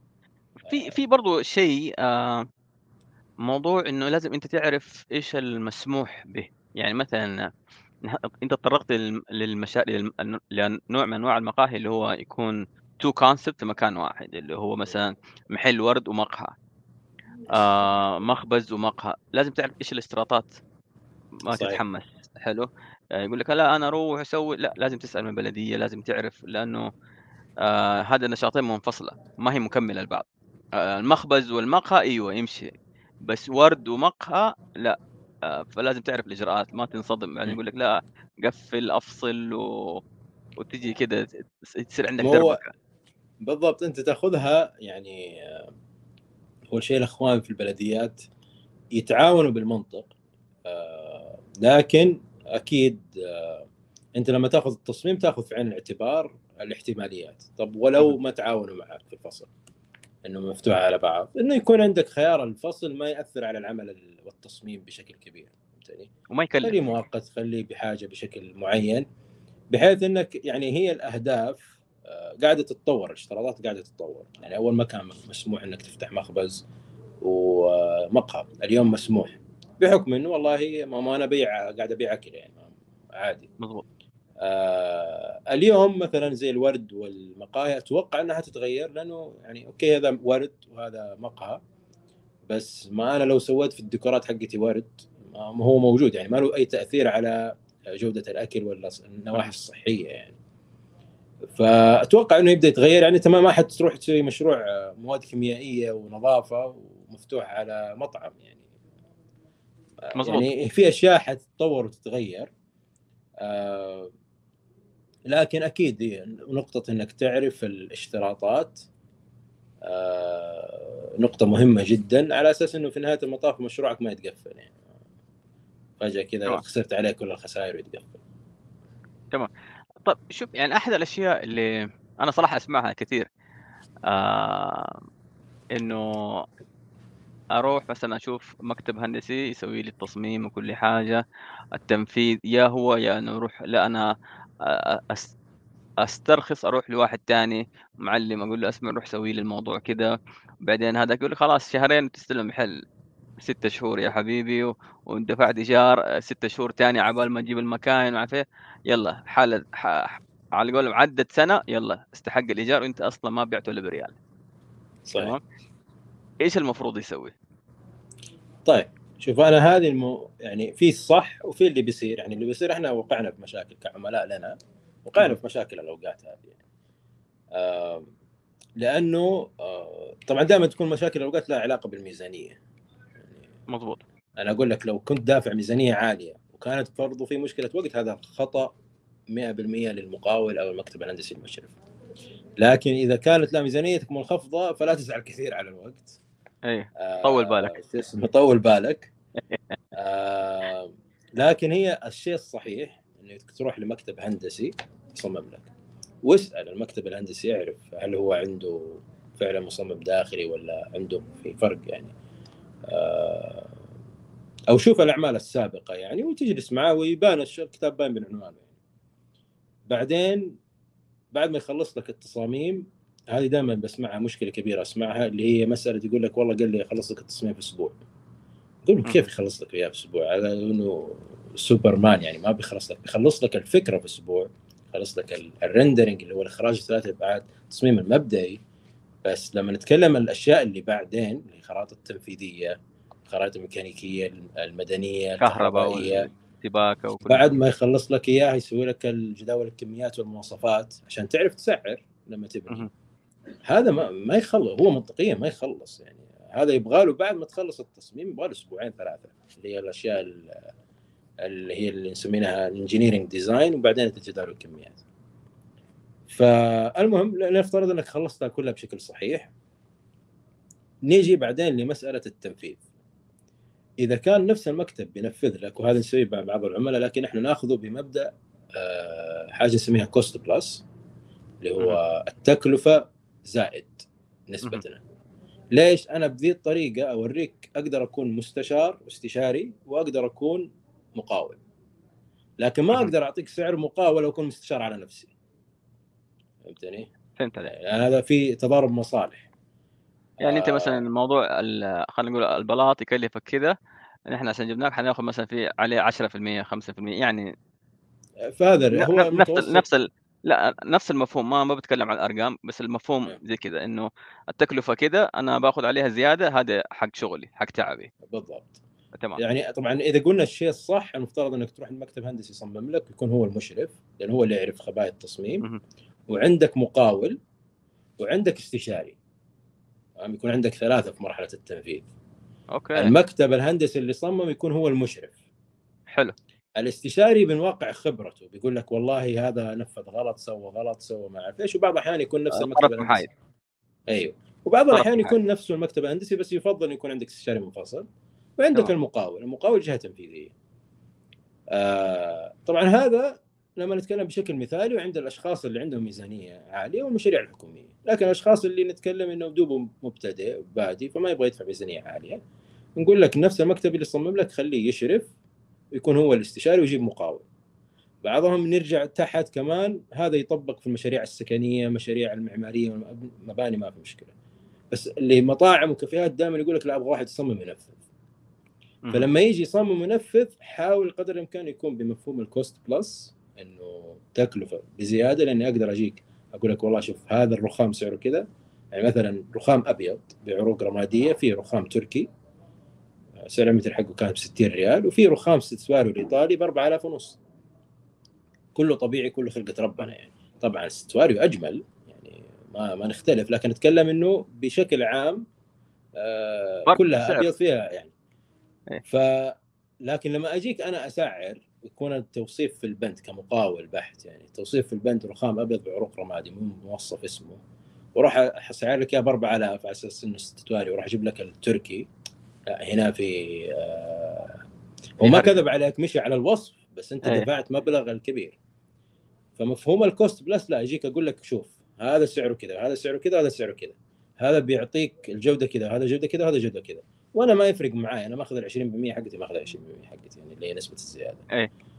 في في برضه شيء آه، موضوع انه لازم انت تعرف ايش المسموح به. يعني مثلا نه- انت تطرقت للم- للمشا... للم- لنوع من انواع المقاهي اللي هو يكون تو كونسبت في مكان واحد، اللي هو مثلا محل ورد ومقهى، آه مخبز ومقهى. لازم تعرف ايش الاشتراطات، ما صحيح. تتحمس. حلو. آه، يقول لك لا انا اروح اسوي، لا لازم تسال من البلديه، لازم تعرف، لانه آه هذا نشاطين منفصله ما هي مكمله لبعض. آه المخبز والمقهى ايوه يمشي، بس ورد ومقهى لا. آه فلازم تعرف الاجراءات، ما تنصدم يعني م. يقول لك لا قفل افصل و... وتجي كده ت- تصير عندك ما هو دربكه. بالضبط انت تاخذها يعني آه، اول شيء الاخوان في البلديات يتعاونوا بالمنطق، آه، لكن اكيد آه، انت لما تاخذ التصميم تاخذ في عين الاعتبار الاحتماليات. طب ولو مهم. ما تعاونوا معك في الفصل انه مفتوح على بعض، انه يكون عندك خيار الفصل ما ياثر على العمل والتصميم بشكل كبير. فهمتني؟ وما خليه يكلف. مؤقت، خليه بحاجه بشكل معين، بحيث انك يعني هي الاهداف آه، قاعده تتطور، الاشتراطات قاعده تتطور. يعني اول ما كان مسموح انك تفتح مخبز ومقهى، اليوم مسموح بحكم انه والله ما ما انا بيع قاعد ابيع اكل يعني عادي. مضبوط. آه اليوم مثلا زي الورد والمقاهي اتوقع انها تتغير، لانه يعني اوكي هذا ورد وهذا مقهى، بس ما انا لو سويت في الديكورات حقتي ورد ما هو موجود، يعني ما له اي تاثير على جوده الاكل ولا النواحي مهم. الصحيه يعني. فاتوقع انه يبدا يتغير. يعني انت ما ما حتروح تسوي مشروع مواد كيميائيه ونظافه ومفتوح على مطعم يعني. مضبوط. يعني في اشياء حتتطور وتتغير. آه لكن اكيد هي نقطه انك تعرف الاشتراطات آه نقطه مهمه جدا، على اساس انه في نهايه المطاف مشروعك ما يتقفل يعني فجاه كذا تمام. خسرت عليه كل الخسائر ويتقفل. تمام. طب شوف، يعني احد الاشياء اللي انا صراحه اسمعها كثير آه انه اروح مثلا اشوف مكتب هندسي يسوي لي التصميم وكل حاجه، التنفيذ يا هو يا انه اروح، لا انا استرخص اروح لواحد تاني معلم اقول له اسمع روح سوي لي الموضوع كده، بعدين هذا يقول لي خلاص شهرين تستلم محل، ستة شهور يا حبيبي و... ودفعت ايجار آه، ستة شهور تاني عبال ما تجيب المكان وعارف ايه. يلا حالة ح... على قولهم عدت سنة، يلا استحق الايجار وانت اصلا ما بعته الا بريال. صحيح. تمام. ايش المفروض يسوي؟ طيب شوف، انا هذه المو... يعني في الصح وفي اللي بيصير. يعني اللي بيصير احنا وقعنا في مشاكل كعملاء لنا، وقعنا مهم. في مشاكل الاوقات هذه يعني. آه لانه آه طبعا دائما تكون مشاكل الاوقات لها علاقه بالميزانيه. يعني مظبوط. انا اقول لك لو كنت دافع ميزانيه عاليه وكانت برضو في مشكله وقت، هذا خطا مئة بالمئة للمقاول او المكتب الهندسي المشرف. لكن اذا كانت لا ميزانيتك منخفضه فلا تزعل كثير على الوقت. ايه طول آه بالك. اسمه طول بالك. آه لكن هي الشيء الصحيح انك تروح لمكتب هندسي يصمم لك، واسال المكتب الهندسي يعرف هل هو عنده فعلا مصمم داخلي ولا عنده في فرق يعني. آه او شوف الاعمال السابقه يعني، وتجلس معاه ويبان الكتاب باين بالعنوان يعني. بعدين بعد ما يخلص لك التصاميم، هذه دائما بسمعها مشكله كبيره اسمعها، اللي هي مساله يقول لك والله قال لي خلص لك التصميم في اسبوع. قول كيف مهم. يخلص لك اياه في اسبوع؟ على انه سوبرمان يعني، ما بيخلص لك، بيخلص لك الفكره في اسبوع، يخلص لك الريندرنج اللي هو الاخراج ثلاث ابعاد، التصميم المبدئي. بس لما نتكلم الاشياء اللي بعدين، الخرائط التنفيذيه، الخرائط الميكانيكيه، المدنيه، كهرباء الكهربائيه، والسباكة وكل بعد شيء. ما يخلص لك اياه يسوي لك الجداول الكميات والمواصفات عشان تعرف تسعر لما تبني. مهم. هذا ما ما يخلص، هو منطقيا ما يخلص يعني. هذا يبغى له بعد ما تخلص التصميم يبغى له اسبوعين ثلاثه، اللي هي الاشياء اللي هي اللي نسميها الانجينيرنج ديزاين، وبعدين الجداول الكميات. فالمهم نفترض انك خلصتها كلها بشكل صحيح، نيجي بعدين لمساله التنفيذ. اذا كان نفس المكتب بينفذ لك، وهذا نسويه مع بعض العملاء، لكن احنا ناخذه بمبدا آه، حاجه نسميها كوست بلس، اللي مهم. هو التكلفه زائد مهم. نسبتنا. ليش؟ انا بذي الطريقه اوريك اقدر اكون مستشار واستشاري، واقدر اكون مقاول، لكن ما مهم. اقدر اعطيك سعر مقاول واكون مستشار على نفسي. فهمتني؟ فهمت عليك. يعني هذا في تضارب مصالح. يعني انت مثلا آه الموضوع ال- خلينا نقول البلاط يكلفك كذا، نحن عشان جبناك حناخذ مثلا في عليه عشرة في المية خمسة في المية يعني. فهذا ن- هو ن- نفس ال متوسط. نفس ال لا نفس المفهوم، ما ما بتكلم عن الارقام، بس المفهوم آه، زي كذا انه التكلفه كذا انا باخذ عليها زياده، هذا حق شغلي حق تعبي. بالضبط. تمام. يعني طبعا اذا قلنا الشيء الصح، المفترض انك تروح المكتب هندسي يصمم لك، يكون هو المشرف لان هو اللي يعرف خبايا التصميم، مهم. وعندك مقاول، وعندك استشاري. يعني يكون عندك ثلاثه في مرحله التنفيذ. اوكي. المكتب الهندسي اللي صمم يكون هو المشرف. حلو. الاستشاري من واقع خبرته بيقول لك والله هذا نفذ غلط، سوى غلط، سوى ما اعرف ايش. وبعض الاحيان يكون نفس آه، المكتب طرف الهندسي. محايد. ايوه. وبعض طرف الاحيان محايد. يكون نفسه المكتب الهندسي، بس يفضل يكون عندك استشاري منفصل، وعندك تمام. المقاول. المقاول جهه تنفيذيه. آه طبعا هذا لما نتكلم بشكل مثالي، وعند الاشخاص اللي عندهم ميزانيه عاليه والمشاريع الحكوميه. لكن الاشخاص اللي نتكلم انه دوبه مبتدئ بادي فما يبغى يدفع ميزانيه عاليه، نقول لك نفس المكتب اللي يصمم لك خليه يشرف، ويكون هو الاستشاري ويجيب مقاول. بعضهم نرجع تحت كمان، هذا يطبق في المشاريع السكنيه، مشاريع المعماريه والمباني، ما في مشكله. بس اللي مطاعم وكافيهات دائما يقول لك لا ابغى واحد يصمم ينفذ. مهم. فلما يجي يصمم منفذ، حاول قدر الامكان يكون بمفهوم الكوست بلس، انه تكلفه بزياده، لاني اقدر اجيك اقول لك والله شوف هذا الرخام سعره كذا. يعني مثلا رخام ابيض بعروق رماديه، في رخام تركي سعر المتر حقه كان ب ستين ريال، وفي رخام ستواري الايطالي ب أربعة آلاف ونص. كله طبيعي، كله خلقه ربنا يعني. طبعا الستواريو اجمل يعني، ما ما نختلف، لكن نتكلم انه بشكل عام آه فرق كلها سعر. ابيض فيها يعني. إيه. ف لكن لما اجيك انا اسعر، يكون التوصيف في البند كمقاول بحت يعني، توصيف في البند رخام ابيض بعروق رمادي مو موصف اسمه، وراح اسعر لك اياه ب أربعة آلاف على اساس انه ستواري، وراح اجيب لك التركي. لا هنا في آه هو في ما هرجه. كذب عليك، مشي على الوصف، بس انت ايه. دفعت مبلغ الكبير. فمفهوم الكوست بلس لا، يجيك اقول لك شوف هذا سعره كذا، هذا سعره كذا، هذا سعره كذا، هذا بيعطيك الجوده كذا، هذا جوده كذا، هذا جوده كذا. وانا ما يفرق معي، انا ماخذ ال عشرين بالمئة حقتي، ماخذ عشرين بالمئة حقتي يعني، اللي هي نسبه الزياده. ايه.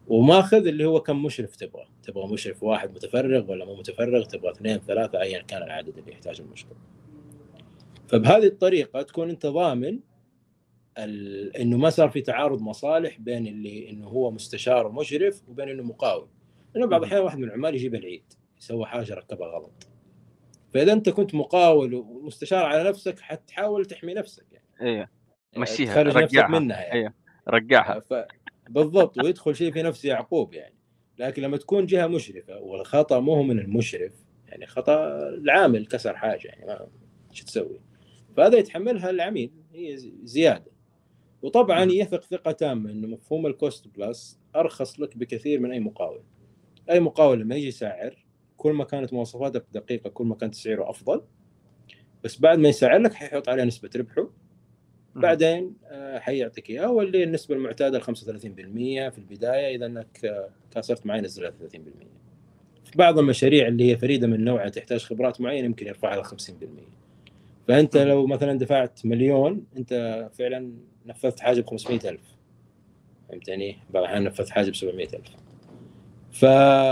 وماخذ اللي هو كم مشرف تبغى تبغى مشرف واحد متفرغ ولا مو متفرغ، تبغى اثنين ثلاثة أيا كان العدد اللي يحتاج المشروع. فبهذه الطريقة تكون أنت ضامن إنه ما صار في تعارض مصالح بين اللي إنه هو مستشار ومشرف وبين إنه مقاول، لأنه بعض الأحيان واحد من العمال يجيب العيد يسوي حاجة ركبها غلط. فإذا أنت كنت مقاول ومستشار على نفسك حتحاول تحمي نفسك يعني ايوه مشيها تخرج نفسك رجعها منها يعني. ايوه رجعها ف... بالضبط. ويدخل شيء في نفس يعقوب يعني. لكن لما تكون جهة مشرفة والخطأ مو هو من المشرف، يعني خطأ العامل كسر حاجة يعني ما ايش تسوي، فهذا يتحملها العميل، هي زيادة. وطبعا يثق ثقة تامة انه مفهوم الكوست بلس ارخص لك بكثير من اي مقاول. اي مقاول لما يجي يسعر، كل ما كانت مواصفاتك دقيقة كل ما كان تسعيره افضل، بس بعد ما يسعر لك حيحط عليها نسبة ربحه، بعدين حيعطيك اياه، واللي النسبه المعتاده ل خمسة وثلاثين بالمئة في البدايه، اذا انك كسرت معي نزلها ثلاثين بالمئة. في بعض المشاريع اللي هي فريده من نوعها تحتاج خبرات معينه يمكن يرفعها ل خمسين بالمئة. فانت لو مثلا دفعت مليون، انت فعلا نفذت حاجه ب خمسمئة ألف، فهمتني؟ بعض الاحيان نفذت حاجه ب سبعمئة ألف. ف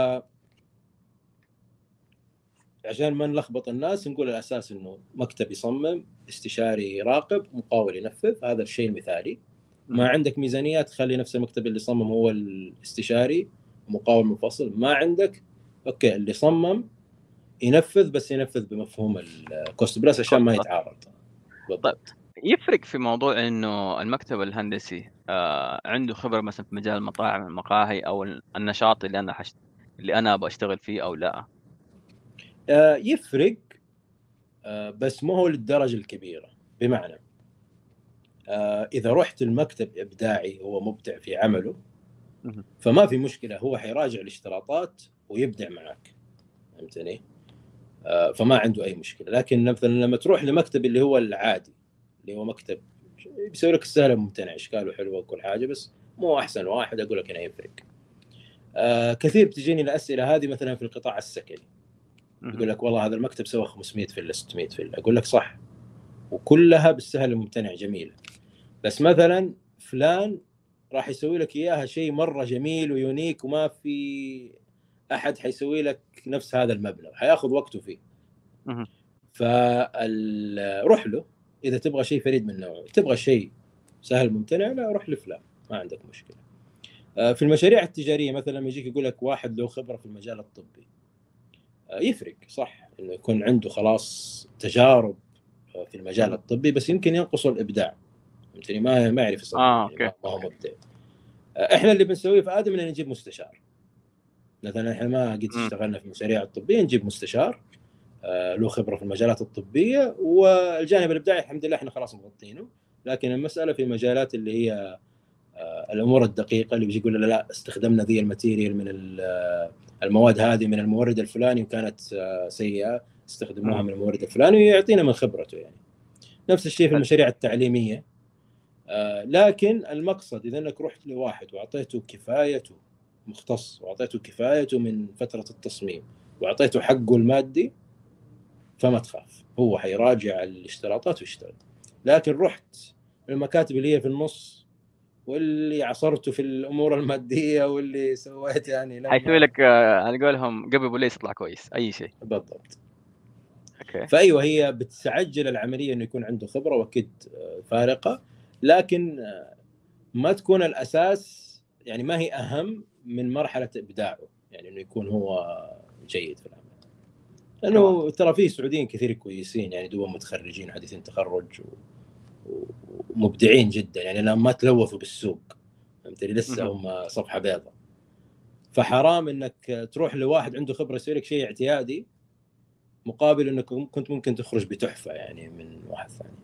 عشان ما نلخبط الناس نقول الاساس انه مكتب يصمم، استشاري يراقب، مقاول ينفذ، هذا الشيء المثالي. ما عندك ميزانيات خلي نفس المكتب اللي صمم هو الاستشاري، مقاول منفصل. ما عندك اوكي، اللي صمم ينفذ، بس ينفذ بمفهوم الكوست بلس عشان ما يتعارض. طيب يفرق في موضوع انه المكتب الهندسي آه عنده خبره مثلا في مجال المطاعم المقاهي او النشاط اللي انا حشت... اللي انا ابغى اشتغل فيه او لا؟ آه يفرق، آه بس مو هو للدرجه الكبيره. بمعنى آه اذا رحت المكتب ابداعي هو مبدع في عمله، فما في مشكله، هو حيراجع الاشتراطات ويبدع معك، فهمتني؟ آه فما عنده اي مشكله. لكن مثلا لما تروح لمكتب اللي هو العادي، اللي هو مكتب بيسوي لك السهل الممتنع، اشكاله حلوه وكل حاجه، بس مو احسن واحد، اقول لك هنا يفرق. آه كثير بتجيني الاسئله هذه مثلا في القطاع السكني، يقول لك والله هذا المكتب سوى خمسمئة فيلا ستمئة فيلا، اقول لك صح، وكلها بالسهل الممتنع جميله، بس مثلا فلان راح يسوي لك اياها شيء مره جميل ويونيك، وما في احد حيسوي لك نفس هذا المبلغ، حياخذ وقته فيه. فروح له اذا تبغى شيء فريد من نوعه. تبغى شيء سهل ممتنع، لا روح لفلان، ما عندك مشكله. في المشاريع التجاريه مثلا لما يجيك يقول لك واحد له خبره في المجال الطبي، يفرق صح انه يكون عنده خلاص تجارب في المجال الطبي، بس يمكن ينقصه الابداع، فهمتني؟ ما ما يعرف يصمم، آه، يعني ما هو مبدع. احنا اللي بنسويه في ادم ان نجيب مستشار. مثلا احنا ما قد اشتغلنا في المشاريع الطبيه، نجيب مستشار آه له خبره في المجالات الطبيه، والجانب الابداعي الحمد لله احنا خلاص مغطينه. لكن المساله في المجالات اللي هي آه الامور الدقيقه، اللي بيجي يقول لا لا استخدمنا ذي الماتيريال من المواد هذه من المورد الفلاني وكانت آه سيئه، استخدموها من المورد الفلاني، ويعطينا من خبرته يعني. نفس الشيء في المشاريع التعليميه. آه لكن المقصد اذا انك رحت لواحد واعطيته كفايته مختص، واعطيته كفايته من فتره التصميم، واعطيته حقه المادي، فما تخاف، هو حيراجع الاشتراطات ويشتغل. لكن رحت المكاتب اللي هي في النص، واللي عصرته في الامور الماديه، واللي سويت يعني لما حيسوي لك على قولهم قبل بوليس يطلع كويس اي شيء. بالضبط. اوكي. فايوه هي بتسعجل العمليه انه يكون عنده خبره، واكيد فارقه، لكن ما تكون الاساس، يعني ما هي اهم من مرحله ابداعه، يعني انه يكون هو جيد في العمل. لانه ترى في سعوديين كثير كويسين، يعني دوبهم متخرجين حديثين تخرج ومبدعين جدا، يعني لما ما تلوثوا بالسوق، فهمتني؟ لسه هم صفحه بيضاء. فحرام انك تروح لواحد عنده خبره يسوي لك شيء اعتيادي، مقابل انك كنت ممكن تخرج بتحفه يعني من واحد ثاني.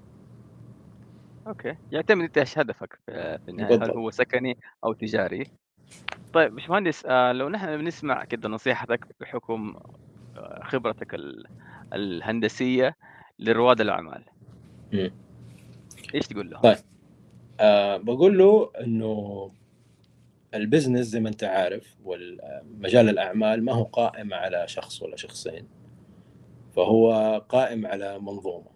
اوكي، يعتمد انت ايش هدفك في النهايه، هل هو سكني او تجاري؟ طيب باشمهندس، آه لو نحن بنسمع كده نصيحتك بحكم آه خبرتك الهندسيه لرواد الاعمال، م. ايش تقول له؟ طيب أه بقول له انه البزنس زي ما انت عارف، والمجال الاعمال ما هو قائم على شخص ولا شخصين، فهو قائم على منظومه.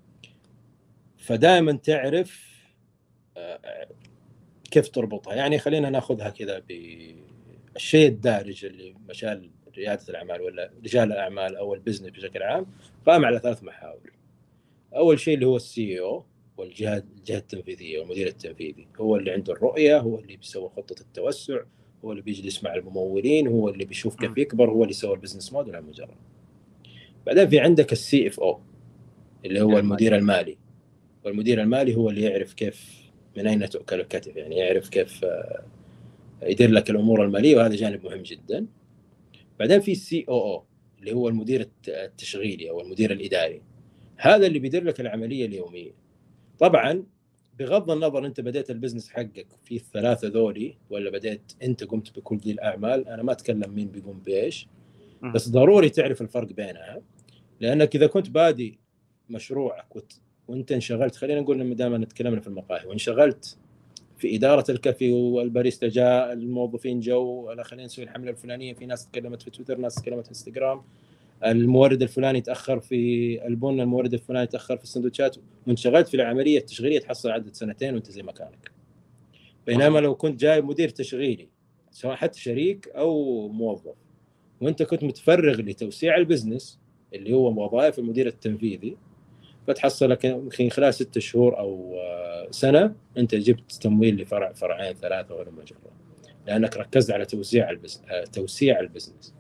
فدائما تعرف أه كيف تربطها. يعني خلينا ناخذها كذا الشيء الدارج اللي مجال ريادة الأعمال ولا رجال الأعمال أو البزنس بشكل عام قام على ثلاث محاور. أول شيء اللي هو السي او والجهة الجهة التنفيذية والمدير التنفيذي، هو اللي عنده الرؤية، هو اللي بيسوي خطة التوسع، هو اللي بيجلس مع الممولين، هو اللي بيشوف كيف يكبر، هو اللي يسوي البزنس موديل على المجرد. بعدين في عندك السي اف او اللي هو المدير المالي، والمدير المالي هو اللي يعرف كيف من أين تؤكل الكتف، يعني يعرف كيف يدير لك الأمور المالية، وهذا جانب مهم جدا. بعدين في السي او او اللي هو المدير التشغيلي أو المدير الإداري، هذا اللي بيدير لك العملية اليومية. طبعا بغض النظر أنت بديت البزنس حقك في الثلاثة ذولي ولا بديت أنت قمت بكل دي الأعمال، أنا ما أتكلم مين بيقوم بإيش، بس ضروري تعرف الفرق بينها. لأنك إذا كنت بادي مشروعك وت... وانت انشغلت، خلينا نقول لما دائما نتكلمنا في المقاهي، وانشغلت في إدارة الكافي والباريستا جاء، الموظفين جو، لا خلينا نسوي الحملة الفلانية، في ناس تكلمت في تويتر، ناس تكلمت في انستغرام، المورد الفلاني تأخر في البن، المورد الفلاني تأخر في السندوتشات، وانشغلت في العملية التشغيلية تحصل عدد سنتين وانت زي مكانك. بينما لو كنت جاي مدير تشغيلي سواء حتى شريك أو موظف، وانت كنت متفرغ لتوسيع البزنس اللي هو وظائف المدير التنفيذي، فتحصل لك خلال ستة شهور أو سنة أنت جبت تمويل لفرع فرعين ثلاثة ولا ما جرى، لأنك ركزت على توسيع البزنس. توسيع البزنس.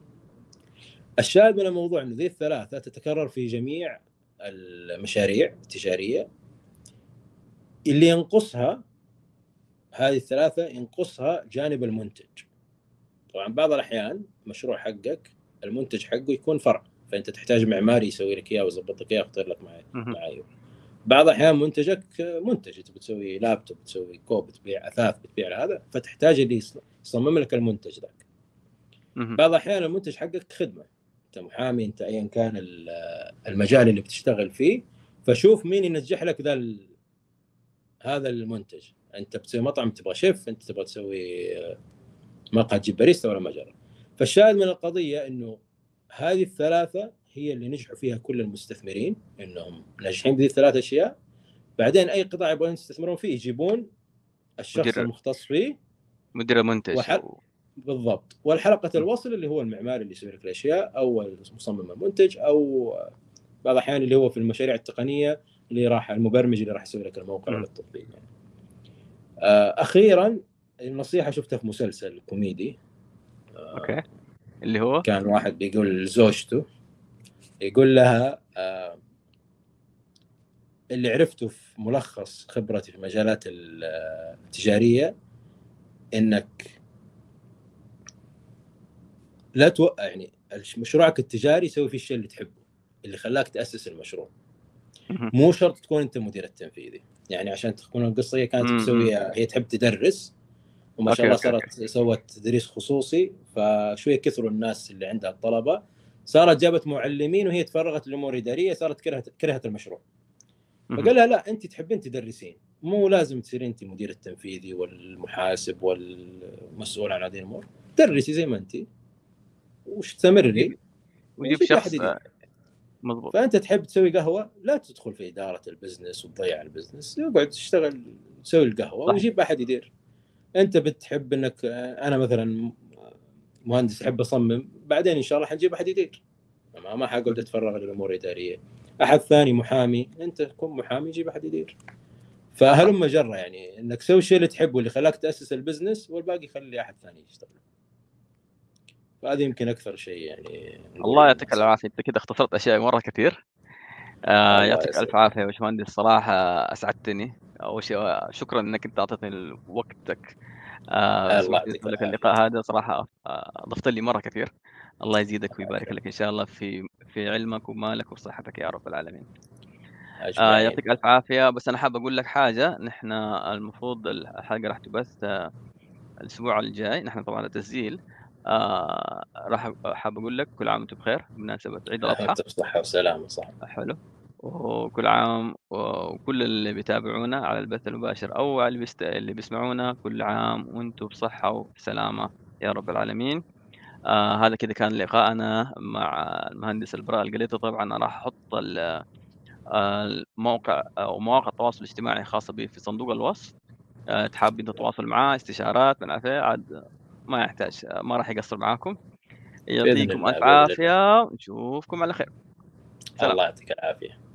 الشاهد من الموضوع أن ذي الثلاثة تتكرر في جميع المشاريع التجارية. اللي ينقصها هذه الثلاثة ينقصها جانب المنتج. طبعا بعض الأحيان مشروع حقك المنتج حقه يكون فرع، فأنت تحتاج معماري يسوي لك إياه ويضبط لك إياه ويختار لك معايير. بعض الأحيان منتجك منتج، أنت بتسوي لابتوب، بتسوي كوب، بتبيع أثاث، بتبيع هذا، فتحتاج اللي يصمم لك المنتج ذاك. بعض الأحيان المنتج حقك خدمة، أنت محامي، أنت أيا كان المجال اللي بتشتغل فيه، فشوف مين ينجح لك ذا هذا المنتج. أنت بتسوي مطعم تبغى شيف، أنت تبغى تسوي مقهى تجيب باريستا ولا مجال. فالشاهد من القضية إنه هذه الثلاثة هي اللي نجحوا فيها كل المستثمرين، إنهم ناجحين بهذه الثلاث أشياء. بعدين أي قطاع يبغون يستثمرون فيه يجيبون الشخص مدير المختص فيه، مدير المنتج وحل... و... بالضبط، والحلقة الوصل اللي هو المعماري اللي يسوي لك الأشياء، أو مصمم المنتج، أو بعض الأحيان اللي هو في المشاريع التقنية اللي راح المبرمج اللي راح يسوي لك الموقع ولا التطبيق يعني. أخيرا النصيحة شفتها في مسلسل كوميدي، أوكي، اللي هو كان واحد بيقول لزوجته، يقول لها آه اللي عرفته في ملخص خبرتي في مجالات التجارية إنك لا توقع، يعني مشروعك التجاري سوي فيه الشيء اللي تحبه اللي خلاك تأسس المشروع، مو شرط تكون أنت المدير التنفيذي. يعني عشان تكون القصة هي كانت مسوية، هي تحب تدرس وما شاء الله صارت سوت تدريس خصوصي، فشوية كثروا الناس اللي عندها الطلبة، صارت جابت معلمين وهي تفرغت للأمور الإدارية، صارت كرهت كرهت المشروع. فقال لها لا، أنت تحبين تدرسين، مو لازم تصيرين أنت المدير التنفيذي والمحاسب والمسؤول عن هذه الأمور، درسي زي ما أنت واستمري وجيب شخص مضبوط. فأنت تحب تسوي قهوة، لا تدخل في إدارة البزنس وتضيع البزنس، اقعد تشتغل تسوي القهوة وجيب أحد يدير. أنت بتحب إنك أنا مثلا مهندس أحب أصمم، بعدين إن شاء الله حنجيب أحد يدير، ما حقعد أتفرغ للأمور الإدارية. أحد ثاني محامي، أنت تكون محامي جيب أحد يدير. فهلم جرة يعني إنك سوي الشيء اللي تحبه اللي خلاك تأسس البزنس، والباقي خلي أحد ثاني يشتغل. فهذا يمكن أكثر شيء يعني. الله يعطيك العافية، أنت كده اختصرت أشياء مرة كثير. آه يعطيك ألف عافية يا باشمهندس، صراحة أسعدتني. أول شيء شكرا إنك أنت أعطيتني وقتك، آه سمحت لي لك اللقاء هذا، صراحة أضفت لي مرة كثير. الله يزيدك ويبارك لك إن شاء الله في في علمك ومالك وصحتك يا رب العالمين. آه يعطيك ألف عافية. بس أنا حاب أقول لك حاجة، نحن المفروض الحلقة راح تبث الأسبوع الجاي، نحن طبعا التسجيل آه راح حاب أقول لك كل عام وأنت بخير بمناسبة عيد الأضحى. بصحة وسلامة. صح، حلو. وكل عام وكل اللي بيتابعونا على البث المباشر أو اللي, بيست... اللي بيسمعونا، كل عام وأنتم بصحة وسلامة يا رب العالمين. آه هذا كده كان لقاءنا مع المهندس البراء القليطي. طبعا أنا راح أحط الموقع أو مواقع التواصل الاجتماعي خاصة به في صندوق الوصف، آه تحابين تتواصل معاه استشارات من عفوا عاد ما يحتاج، ما راح يقصر معاكم. بإذن يعطيكم الله، ألف بإذن الله. عافية، نشوفكم على خير. سلام. الله يعطيك العافية.